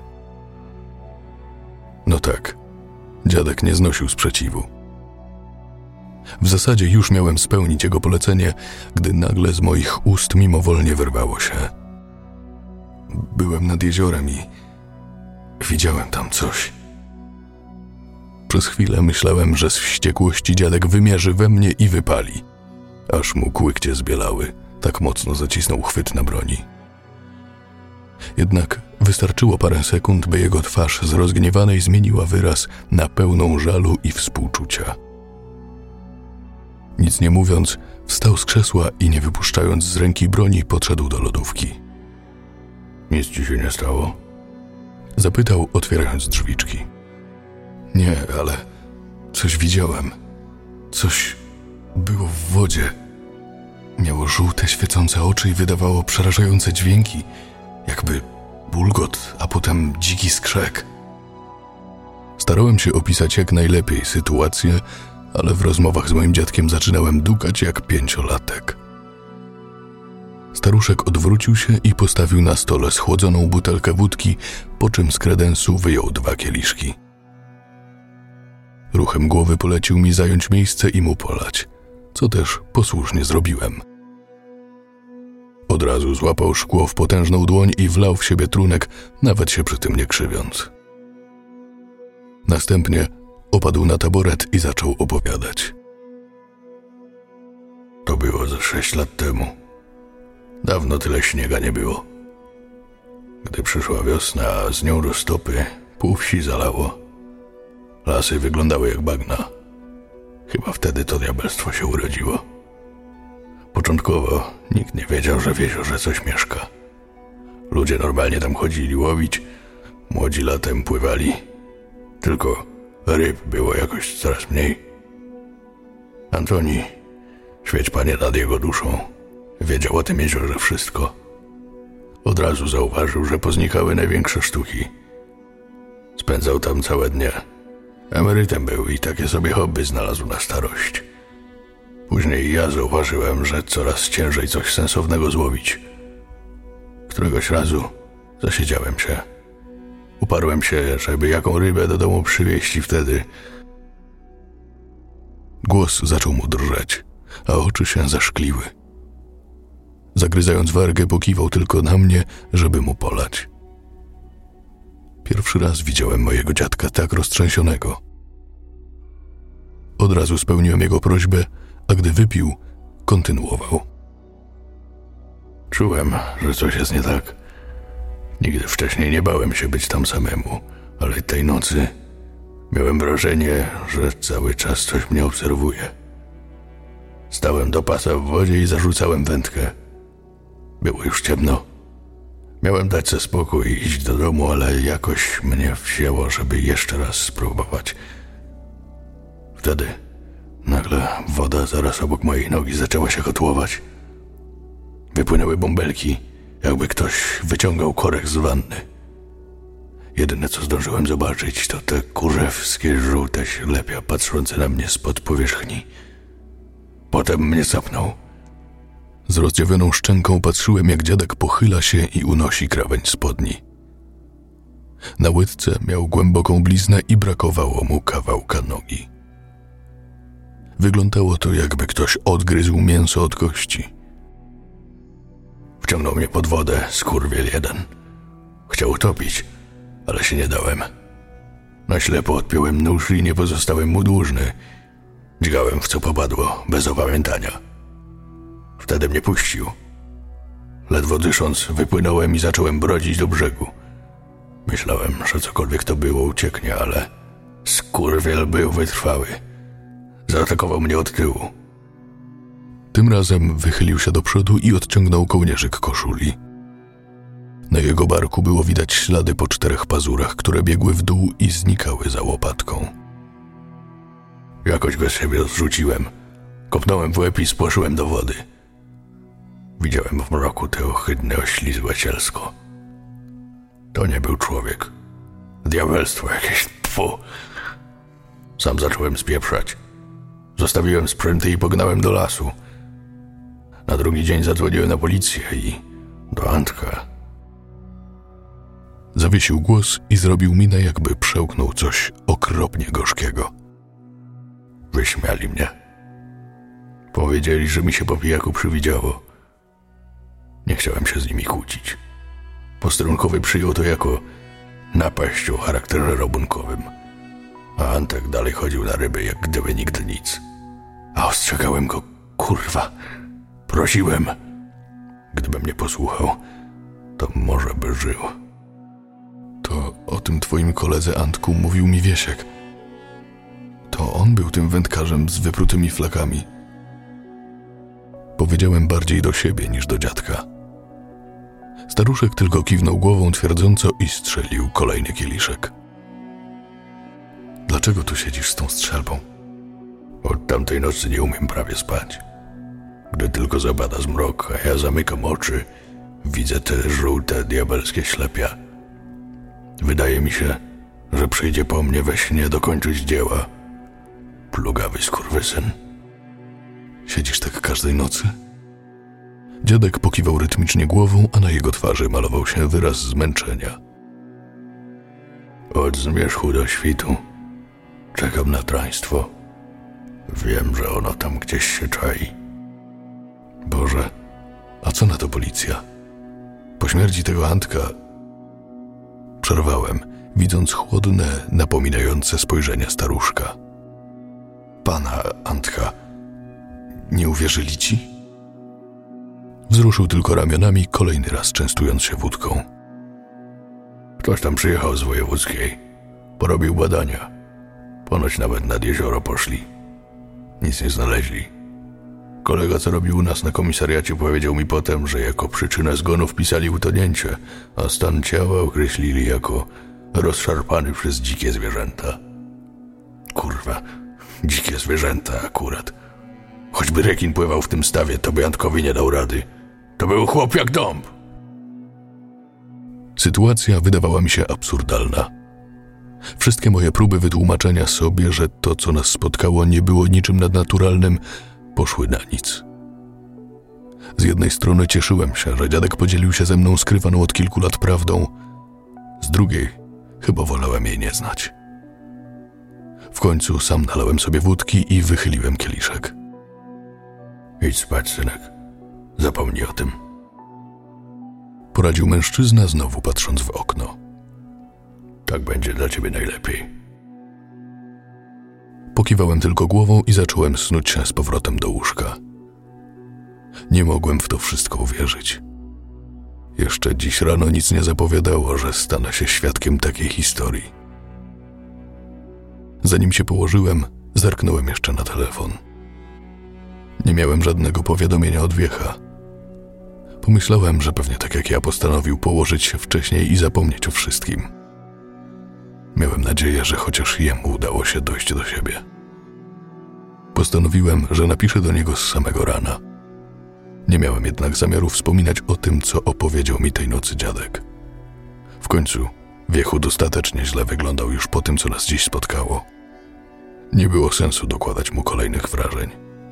No tak, dziadek nie znosił sprzeciwu. W zasadzie już miałem spełnić jego polecenie, gdy nagle z moich ust mimowolnie wyrwało się. Byłem nad jeziorem i widziałem tam coś. Przez chwilę myślałem, że z wściekłości dziadek wymierzy we mnie i wypali, aż mu kłykcie zbielały, tak mocno zacisnął chwyt na broni. Jednak wystarczyło parę sekund, by jego twarz z rozgniewanej zmieniła wyraz na pełną żalu i współczucia. Nic nie mówiąc, wstał z krzesła i nie wypuszczając z ręki broni, podszedł do lodówki. Nic ci się nie stało? Zapytał, otwierając drzwiczki. Nie, ale coś widziałem. Coś było w wodzie. Miało żółte, świecące oczy i wydawało przerażające dźwięki, jakby bulgot, a potem dziki skrzek. Starałem się opisać jak najlepiej sytuację, ale w rozmowach z moim dziadkiem zaczynałem dukać jak pięciolatek. Staruszek odwrócił się i postawił na stole schłodzoną butelkę wódki, po czym z kredensu wyjął dwa kieliszki. Ruchem głowy polecił mi zająć miejsce i mu polać, co też posłusznie zrobiłem. Od razu złapał szkło w potężną dłoń i wlał w siebie trunek, nawet się przy tym nie krzywiąc. Następnie opadł na taboret i zaczął opowiadać. To było ze sześć lat temu. Dawno tyle śniega nie było. Gdy przyszła wiosna, a z nią roztopy, pół wsi zalało. Lasy wyglądały jak bagna. Chyba wtedy to diabelstwo się urodziło. Początkowo nikt nie wiedział, że w jeziorze coś mieszka. Ludzie normalnie tam chodzili łowić, młodzi latem pływali. Tylko ryb było jakoś coraz mniej. Antoni, świeć Panie nad jego duszą, wiedział o tym jeziorze wszystko. Od razu zauważył, że poznikały największe sztuki. Spędzał tam całe dnie. Emerytem był i takie sobie hobby znalazł na starość. Później ja zauważyłem, że coraz ciężej coś sensownego złowić. Któregoś razu zasiedziałem się. Uparłem się, żeby jaką rybę do domu przywieźć i wtedy... Głos zaczął mu drżeć, a oczy się zaszkliły. Zagryzając wargę, pokiwał tylko na mnie, żeby mu polać. Pierwszy raz widziałem mojego dziadka tak roztrzęsionego. Od razu spełniłem jego prośbę, a gdy wypił, kontynuował. Czułem, że coś jest nie tak. Nigdy wcześniej nie bałem się być tam samemu, ale tej nocy miałem wrażenie, że cały czas coś mnie obserwuje. Stałem do pasa w wodzie i zarzucałem wędkę. Było już ciemno. Miałem dać sobie spokój i iść do domu, ale jakoś mnie wzięło, żeby jeszcze raz spróbować. Wtedy nagle woda zaraz obok mojej nogi zaczęła się kotłować. Wypłynęły bąbelki, jakby ktoś wyciągał korek z wanny. Jedyne, co zdążyłem zobaczyć, to te kurzewskie żółte ślepia patrzące na mnie spod powierzchni. Potem mnie sapnął. Z rozdziawioną szczęką patrzyłem, jak dziadek pochyla się i unosi krawędź spodni. Na łydce miał głęboką bliznę i brakowało mu kawałka nogi. Wyglądało to, jakby ktoś odgryzł mięso od kości. Wciągnął mnie pod wodę, skurwiel jeden. Chciał utopić, ale się nie dałem. Na ślepo odpiąłem nóż i nie pozostałem mu dłużny. Dźgałem w co popadło, bez opamiętania. Wtedy mnie puścił. Ledwo dysząc, wypłynąłem i zacząłem brodzić do brzegu. Myślałem, że cokolwiek to było ucieknie, ale skurwiel był wytrwały. Zaatakował mnie od tyłu. Tym razem wychylił się do przodu i odciągnął kołnierzyk koszuli. Na jego barku było widać ślady po czterech pazurach, które biegły w dół i znikały za łopatką. Jakoś go z siebie zrzuciłem. Kopnąłem w łeb i spłoszyłem do wody. Widziałem w mroku te ohydne oślizłe cielsko. To nie był człowiek. Diabelstwo jakieś, tfu. Sam zacząłem spieprzać. Zostawiłem sprzęty i pognałem do lasu. Na drugi dzień zadzwoniłem na policję i do Antka. Zawiesił głos i zrobił minę, jakby przełknął coś okropnie gorzkiego. Wyśmiali mnie. Powiedzieli, że mi się po pijaku przywidziało. Nie chciałem się z nimi kłócić. Posterunkowy przyjął to jako napaść o charakterze rabunkowym, a Antek dalej chodził na ryby, jak gdyby nigdy nic. A ostrzegałem go, kurwa, prosiłem. Gdyby mnie posłuchał, to może by żył. To o tym twoim koledze Antku mówił mi Wiesiek. To on był tym wędkarzem z wyprutymi flakami. Powiedziałem bardziej do siebie niż do dziadka. Staruszek tylko kiwnął głową twierdząco i strzelił kolejny kieliszek. Dlaczego tu siedzisz z tą strzelbą? Od tamtej nocy nie umiem prawie spać. Gdy tylko zapada zmrok, a ja zamykam oczy, widzę te żółte, diabelskie ślepia. Wydaje mi się, że przyjdzie po mnie we śnie dokończyć dzieła. Plugawy skurwysyn. Siedzisz tak każdej nocy? Dziadek pokiwał rytmicznie głową, a na jego twarzy malował się wyraz zmęczenia. Od zmierzchu do świtu czekam na traństwo. Wiem, że ono tam gdzieś się czai. Boże, a co na to policja? Po śmierci tego Antka... Przerwałem, widząc chłodne, napominające spojrzenie staruszka. Pana Antka, nie uwierzyli ci? Wzruszył tylko ramionami, kolejny raz częstując się wódką. Ktoś tam przyjechał z wojewódzkiej. Porobił badania. Ponoć nawet nad jezioro poszli. Nic nie znaleźli. Kolega, co robił u nas na komisariacie, powiedział mi potem, że jako przyczynę zgonu wpisali utonięcie, a stan ciała określili jako rozszarpany przez dzikie zwierzęta. Kurwa, dzikie zwierzęta akurat. Choćby rekin pływał w tym stawie, to by Antkowi nie dał rady. To był chłop jak dąb. Sytuacja wydawała mi się absurdalna. Wszystkie moje próby wytłumaczenia sobie, że to, co nas spotkało, nie było niczym nadnaturalnym, poszły na nic. Z jednej strony cieszyłem się, że dziadek podzielił się ze mną skrywaną od kilku lat prawdą, z drugiej chyba wolałem jej nie znać. W końcu sam nalałem sobie wódki i wychyliłem kieliszek. Idź spać, synek. Zapomnij o tym. Poradził mężczyzna, znowu patrząc w okno. Tak będzie dla ciebie najlepiej. Pokiwałem tylko głową i zacząłem snuć się z powrotem do łóżka. Nie mogłem w to wszystko uwierzyć. Jeszcze dziś rano nic nie zapowiadało, że stanę się świadkiem takiej historii. Zanim się położyłem, zerknąłem jeszcze na telefon. Nie miałem żadnego powiadomienia od Wiecha. Pomyślałem, że pewnie tak jak ja postanowił położyć się wcześniej i zapomnieć o wszystkim. Miałem nadzieję, że chociaż jemu udało się dojść do siebie. Postanowiłem, że napiszę do niego z samego rana. Nie miałem jednak zamiaru wspominać o tym, co opowiedział mi tej nocy dziadek. W końcu Wiechu dostatecznie źle wyglądał już po tym, co nas dziś spotkało. Nie było sensu dokładać mu kolejnych wrażeń.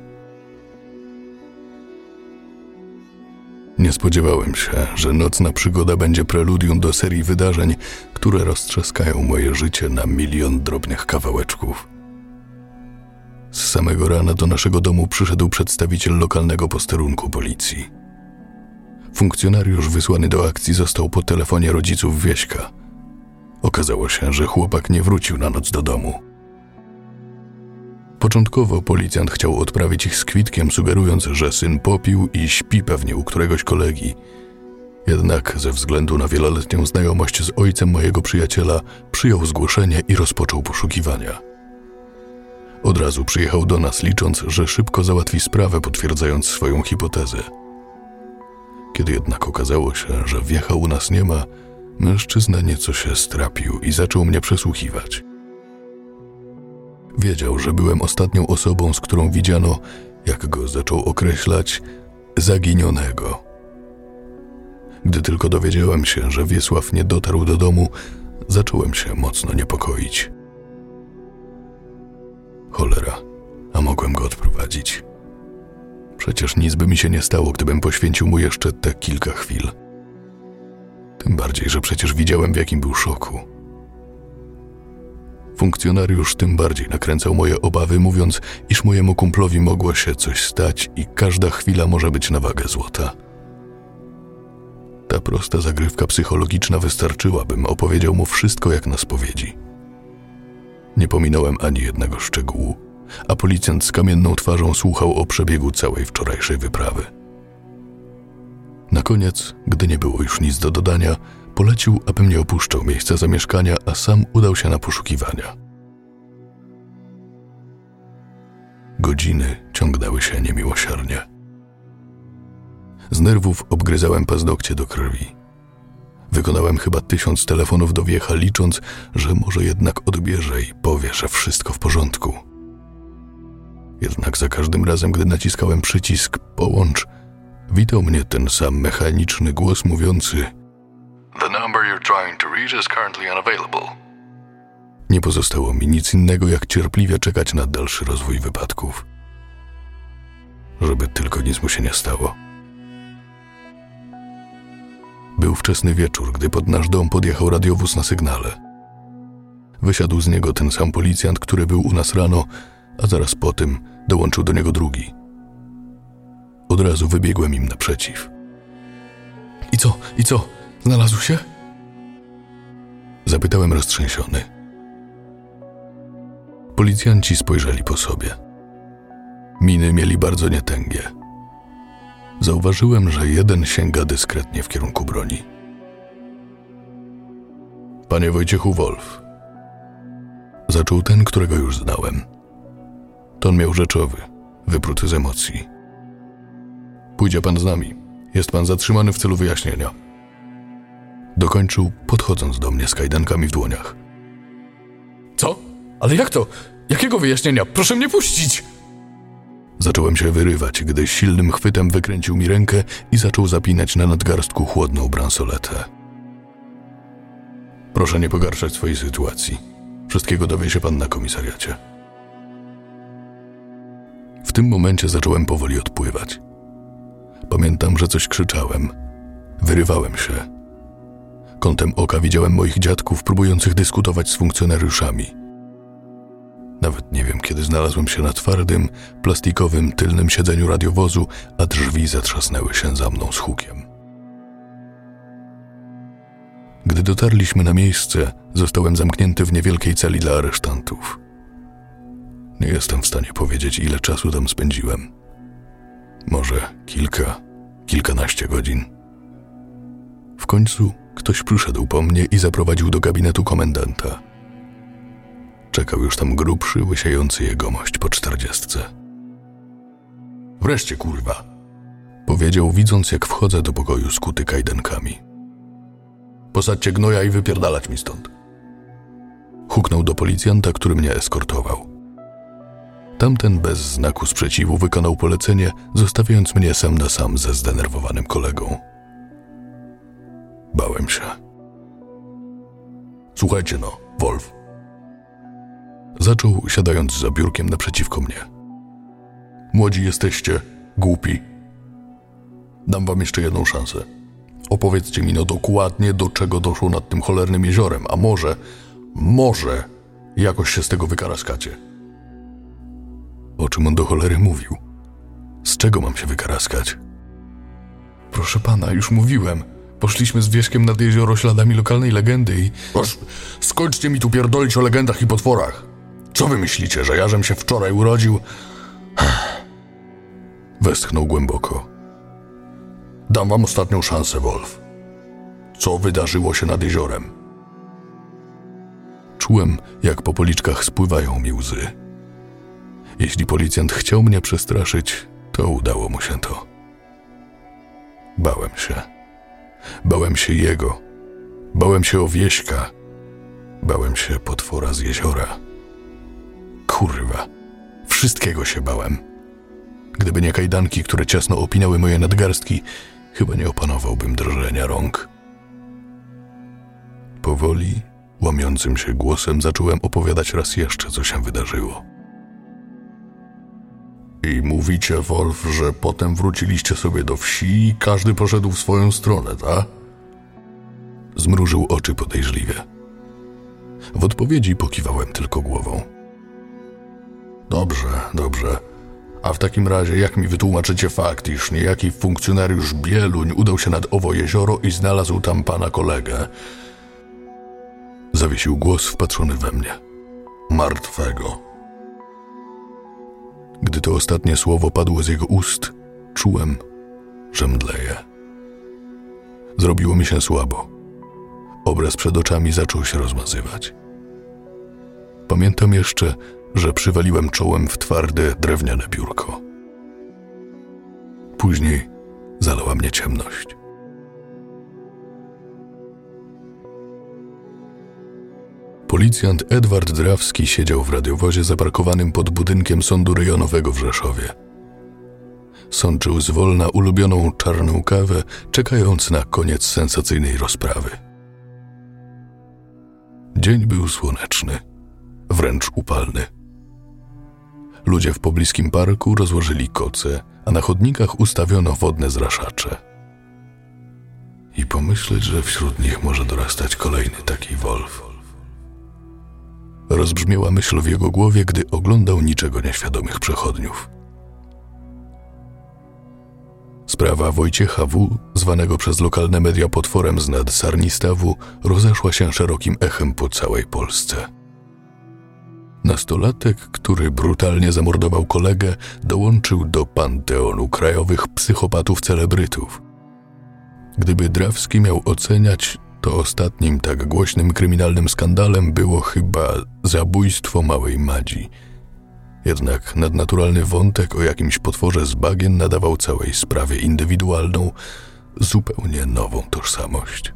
Nie spodziewałem się, że nocna przygoda będzie preludium do serii wydarzeń, które roztrzaskają moje życie na milion drobnych kawałeczków. Z samego rana do naszego domu przyszedł przedstawiciel lokalnego posterunku policji. Funkcjonariusz wysłany do akcji został po telefonie rodziców Wieśka. Okazało się, że chłopak nie wrócił na noc do domu. Początkowo policjant chciał odprawić ich z kwitkiem, sugerując, że syn popił i śpi pewnie u któregoś kolegi. Jednak ze względu na wieloletnią znajomość z ojcem mojego przyjaciela przyjął zgłoszenie i rozpoczął poszukiwania. Od razu przyjechał do nas, licząc, że szybko załatwi sprawę, potwierdzając swoją hipotezę. Kiedy jednak okazało się, że Wiecha u nas nie ma, mężczyzna nieco się strapił i zaczął mnie przesłuchiwać. Wiedział, że byłem ostatnią osobą, z którą widziano, jak go zaczął określać, zaginionego. Gdy tylko dowiedziałem się, że Wiesław nie dotarł do domu, zacząłem się mocno niepokoić. Cholera, a mogłem go odprowadzić. Przecież nic by mi się nie stało, gdybym poświęcił mu jeszcze te kilka chwil. Tym bardziej, że przecież widziałem, w jakim był szoku. Funkcjonariusz tym bardziej nakręcał moje obawy, mówiąc, iż mojemu kumplowi mogło się coś stać i każda chwila może być na wagę złota. Ta prosta zagrywka psychologiczna wystarczyła, bym opowiedział mu wszystko jak na spowiedzi. Nie pominąłem ani jednego szczegółu, a policjant z kamienną twarzą słuchał o przebiegu całej wczorajszej wyprawy. Na koniec, gdy nie było już nic do dodania, polecił, abym nie opuszczał miejsca zamieszkania, a sam udał się na poszukiwania. Godziny ciągnęły się niemiłosiernie. Z nerwów obgryzałem paznokcie do krwi. Wykonałem chyba tysiąc telefonów do Wiecha, licząc, że może jednak odbierze i powie, że wszystko w porządku. Jednak za każdym razem, gdy naciskałem przycisk połącz, witał mnie ten sam mechaniczny głos mówiący: The number you're trying to reach is currently unavailable. Nie pozostało mi nic innego, jak cierpliwie czekać na dalszy rozwój wypadków. Żeby tylko nic mu się nie stało. Był wczesny wieczór, gdy pod nasz dom podjechał radiowóz na sygnale. Wysiadł z niego ten sam policjant, który był u nas rano, a zaraz po tym dołączył do niego drugi. Od razu wybiegłem im naprzeciw. I co? I co? Znalazł się? Zapytałem roztrzęsiony. Policjanci spojrzeli po sobie. Miny mieli bardzo nietęgie. Zauważyłem, że jeden sięga dyskretnie w kierunku broni. Panie Wojciechu Wolf. Zaczął ten, którego już znałem. Ton miał rzeczowy, wypruty z emocji. Pójdzie pan z nami. Jest pan zatrzymany w celu wyjaśnienia. Dokończył, podchodząc do mnie z kajdankami w dłoniach. Co? Ale jak to? Jakiego wyjaśnienia? Proszę mnie puścić! Zacząłem się wyrywać, gdy silnym chwytem wykręcił mi rękę i zaczął zapinać na nadgarstku chłodną bransoletę. Proszę nie pogarszać swojej sytuacji. Wszystkiego dowie się pan na komisariacie. W tym momencie zacząłem powoli odpływać. Pamiętam, że coś krzyczałem. Wyrywałem się. Kątem oka widziałem moich dziadków próbujących dyskutować z funkcjonariuszami. Nawet nie wiem, kiedy znalazłem się na twardym, plastikowym, tylnym siedzeniu radiowozu, a drzwi zatrzasnęły się za mną z hukiem. Gdy dotarliśmy na miejsce, zostałem zamknięty w niewielkiej celi dla aresztantów. Nie jestem w stanie powiedzieć, ile czasu tam spędziłem. Może kilka, kilkanaście godzin. W końcu ktoś przyszedł po mnie i zaprowadził do gabinetu komendanta. Czekał już tam grubszy, łysiejący jegomość po czterdziestce. Wreszcie, kurwa! Powiedział, widząc, jak wchodzę do pokoju skuty kajdankami. Posadźcie gnoja i wypierdalać mi stąd. Huknął do policjanta, który mnie eskortował. Tamten bez znaku sprzeciwu wykonał polecenie, zostawiając mnie sam na sam ze zdenerwowanym kolegą. Bałem się. Słuchajcie no, Wolf. Zaczął, siadając za biurkiem naprzeciwko mnie. Młodzi jesteście, głupi. Dam wam jeszcze jedną szansę. Opowiedzcie mi no dokładnie, do czego doszło nad tym cholernym jeziorem, a może, może jakoś się z tego wykaraskacie. O czym on do cholery mówił? Z czego mam się wykaraskać? Proszę pana, już mówiłem. Poszliśmy z Wieśkiem nad jezioro śladami lokalnej legendy i... Proszę, skończcie mi tu pierdolić o legendach i potworach. Co wy myślicie, że jażem się wczoraj urodził? Westchnął głęboko. Dam wam ostatnią szansę, Wolf. Co wydarzyło się nad jeziorem? Czułem, jak po policzkach spływają mi łzy. Jeśli policjant chciał mnie przestraszyć, to udało mu się to. Bałem się. Bałem się jego. Bałem się o Wieśka. Bałem się potwora z jeziora. Kurwa, wszystkiego się bałem. Gdyby nie kajdanki, które ciasno opinały moje nadgarstki, chyba nie opanowałbym drżenia rąk. Powoli, łamiącym się głosem zacząłem opowiadać raz jeszcze, co się wydarzyło. I mówicie, Wolf, że potem wróciliście sobie do wsi i każdy poszedł w swoją stronę, tak? Zmrużył oczy podejrzliwie. W odpowiedzi pokiwałem tylko głową. Dobrze, dobrze. A w takim razie jak mi wytłumaczycie fakt, iż niejaki funkcjonariusz Bieluń udał się nad owo jezioro i znalazł tam pana kolegę? Zawiesił głos wpatrzony we mnie. Martwego. Gdy to ostatnie słowo padło z jego ust, czułem, że mdleję. Zrobiło mi się słabo. Obraz przed oczami zaczął się rozmazywać. Pamiętam jeszcze, że przywaliłem czołem w twarde, drewniane biurko. Później zalała mnie ciemność. Policjant Edward Drawski siedział w radiowozie zaparkowanym pod budynkiem sądu rejonowego w Rzeszowie. Sączył zwolna ulubioną czarną kawę, czekając na koniec sensacyjnej rozprawy. Dzień był słoneczny, wręcz upalny. Ludzie w pobliskim parku rozłożyli koce, a na chodnikach ustawiono wodne zraszacze. I pomyśleć, że wśród nich może dorastać kolejny taki Wolf. Rozbrzmiała myśl w jego głowie, gdy oglądał niczego nieświadomych przechodniów. Sprawa Wojciecha W., zwanego przez lokalne media potworem z nad Sarnistawu, rozeszła się szerokim echem po całej Polsce. Nastolatek, który brutalnie zamordował kolegę, dołączył do panteonu krajowych psychopatów celebrytów. Gdyby Drawski miał oceniać, to ostatnim tak głośnym kryminalnym skandalem było chyba zabójstwo małej Madzi. Jednak nadnaturalny wątek o jakimś potworze z bagien nadawał całej sprawie indywidualną, zupełnie nową tożsamość.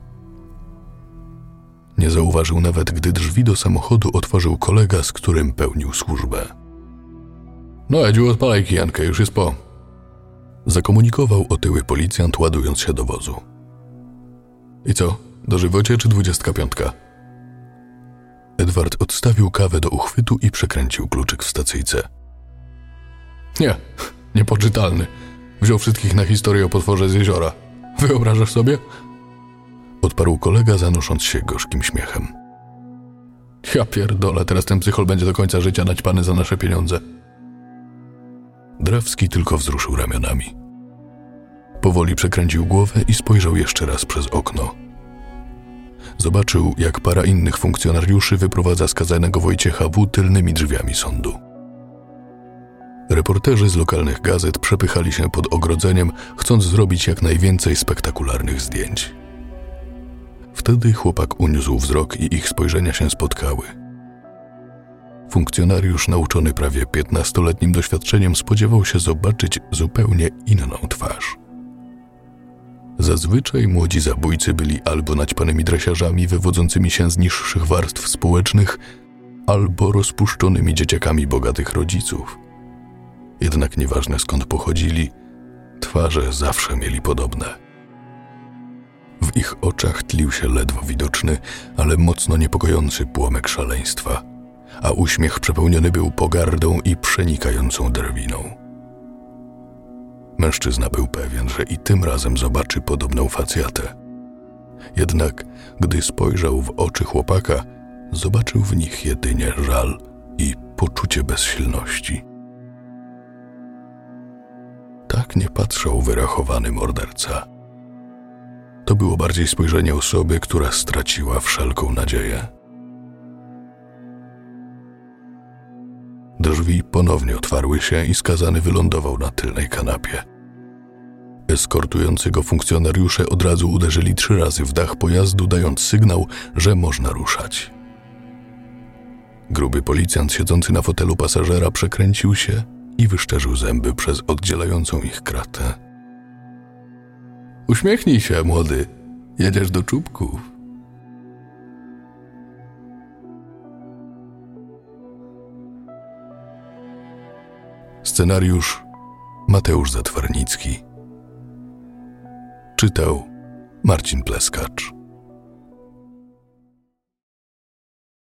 Nie zauważył nawet, gdy drzwi do samochodu otworzył kolega, z którym pełnił służbę. No Edziu, odpalaj kijankę, już jest po. Zakomunikował otyły policjant, ładując się do wozu. I co, dożywocie czy dwudziestka piątka? Edward odstawił kawę do uchwytu i przekręcił kluczyk w stacyjce. Nie, niepoczytalny. Wziął wszystkich na historię o potworze z jeziora. Wyobrażasz sobie? Odparł kolega, zanosząc się gorzkim śmiechem. Ja pierdolę, teraz ten psychol będzie do końca życia naćpany za nasze pieniądze. Drawski tylko wzruszył ramionami. Powoli przekręcił głowę i spojrzał jeszcze raz przez okno. Zobaczył, jak para innych funkcjonariuszy wyprowadza skazanego Wojciecha W. tylnymi drzwiami sądu. Reporterzy z lokalnych gazet przepychali się pod ogrodzeniem, chcąc zrobić jak najwięcej spektakularnych zdjęć. Wtedy chłopak uniósł wzrok i ich spojrzenia się spotkały. Funkcjonariusz nauczony prawie piętnastoletnim doświadczeniem spodziewał się zobaczyć zupełnie inną twarz. Zazwyczaj młodzi zabójcy byli albo naćpanymi dresiarzami wywodzącymi się z niższych warstw społecznych, albo rozpuszczonymi dzieciakami bogatych rodziców. Jednak nieważne skąd pochodzili, twarze zawsze mieli podobne. W ich oczach tlił się ledwo widoczny, ale mocno niepokojący płomek szaleństwa, a uśmiech przepełniony był pogardą i przenikającą drwiną. Mężczyzna był pewien, że i tym razem zobaczy podobną facjatę. Jednak, gdy spojrzał w oczy chłopaka, zobaczył w nich jedynie żal i poczucie bezsilności. Tak nie patrzał wyrachowany morderca. To było bardziej spojrzenie osoby, która straciła wszelką nadzieję. Drzwi ponownie otwarły się i skazany wylądował na tylnej kanapie. Eskortujący go funkcjonariusze od razu uderzyli trzy razy w dach pojazdu, dając sygnał, że można ruszać. Gruby policjant siedzący na fotelu pasażera przekręcił się i wyszczerzył zęby przez oddzielającą ich kratę. Uśmiechnij się, młody. Jedziesz do czubków. Scenariusz Mateusz Zatwarnicki. Czytał Marcin Pleskacz.